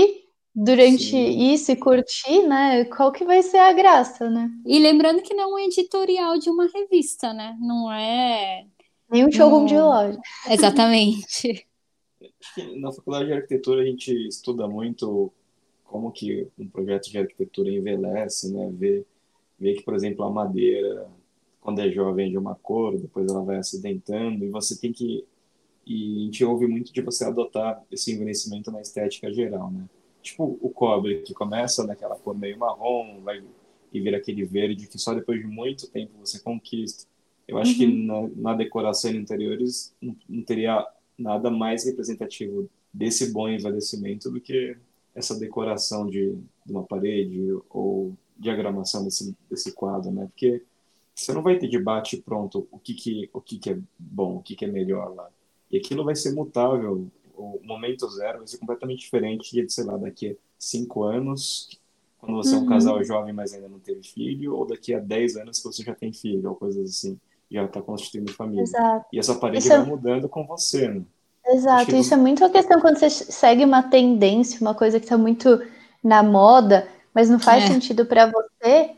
durante Sim. isso e curtir, né? Qual que vai ser a graça, né? E lembrando que não é um editorial de uma revista, né? Não é. Nem um showroom de Não... loja. Exatamente. Acho que na faculdade de arquitetura a gente estuda muito como que um projeto de arquitetura envelhece, né? Ver que, por exemplo, a madeira, quando é jovem, é de uma cor, depois ela vai acidentando, e você tem que. E a gente ouve muito de você adotar esse envelhecimento na estética geral, né? Tipo o cobre, que começa naquela cor meio marrom, vai e vira aquele verde que só depois de muito tempo você conquista. Eu acho que Uhum. na decoração de interiores não teria nada mais representativo desse bom envelhecimento do que essa decoração de uma parede ou diagramação desse quadro, né? Porque você não vai ter debate pronto o que que é bom, o que que é melhor lá. E aquilo vai ser mutável. O momento zero vai ser completamente diferente de, sei lá, daqui a 5 anos, quando você é um casal Uhum. jovem, mas ainda não teve filho, ou daqui a 10 anos que você já tem filho, ou coisas assim, já está constituindo família. Exato. E essa parede Isso vai é, mudando com você, né? Acho que exato. Isso é você... muito a questão quando você segue uma tendência, uma coisa que está muito na moda, mas não faz É, sentido para você,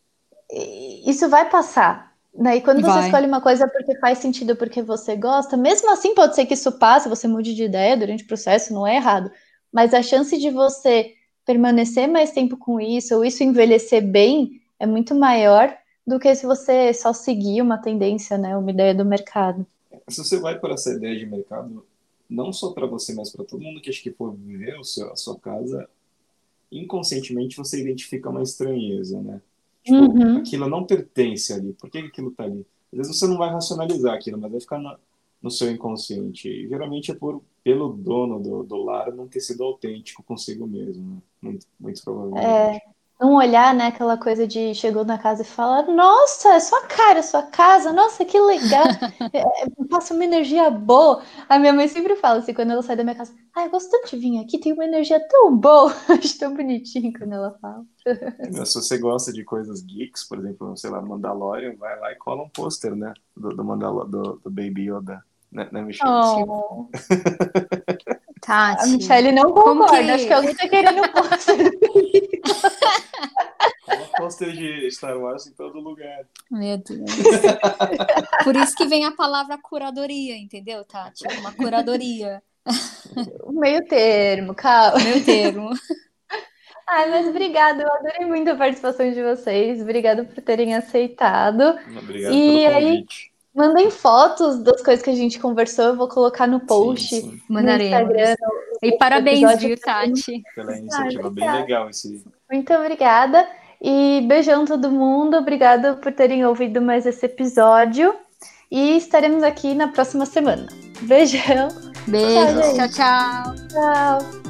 isso vai passar. Né? E quando você vai. escolhe uma coisa porque faz sentido, porque você gosta, mesmo assim pode ser que isso passe, você mude de ideia durante o processo, não é errado. Mas a chance de você permanecer mais tempo com isso, ou isso envelhecer bem, é muito maior do que se você só seguir uma tendência, né? Uma ideia do mercado. Se você vai por essa ideia de mercado, não só para você, mas para todo mundo que acha que for viver a sua casa, inconscientemente você identifica uma estranheza, né? Tipo, Uhum. aquilo não pertence ali. Por que aquilo tá ali? Às vezes você não vai racionalizar aquilo, mas vai ficar no seu inconsciente. E geralmente é pelo dono do lar não ter sido autêntico consigo mesmo, né? Muito É, provavelmente. não olhar, né, aquela coisa de chegou na casa e falar, nossa, é sua cara, é sua casa, nossa, que legal, passa uma energia boa. A minha mãe sempre fala assim, quando ela sai da minha casa, ai, eu gosto tanto de vir aqui, tem uma energia tão boa, acho tão bonitinho quando ela fala. Se você gosta de coisas geeks, por exemplo, sei lá, Mandalorian, vai lá e cola um pôster, né? Do Baby Yoda, né, Michelle? Oh, a Tati, Michelle não como concorda, acho que que. alguém tá querendo pôr. Cola pôster de Star Wars em todo lugar. Meu Deus. Por isso que vem a palavra curadoria, entendeu, Tati? Uma curadoria. Meio termo, calma. Meu termo. Ai, mas obrigada, eu adorei muito a participação de vocês, obrigada por terem aceitado. Obrigado pelo E aí, convite. mandem fotos das coisas que a gente conversou, eu vou colocar no Sim, post sim. no Instagram Mandaremos. E do parabéns, episódio. viu, Tati? Pela Ah, iniciativa. Bem obrigada. legal esse. Muito obrigada. E beijão todo mundo. Obrigada por terem ouvido mais esse episódio. E estaremos aqui na próxima semana. Beijão. Tchau, Tchau, Beijos. Tchau, gente. tchau. tchau. Tchau.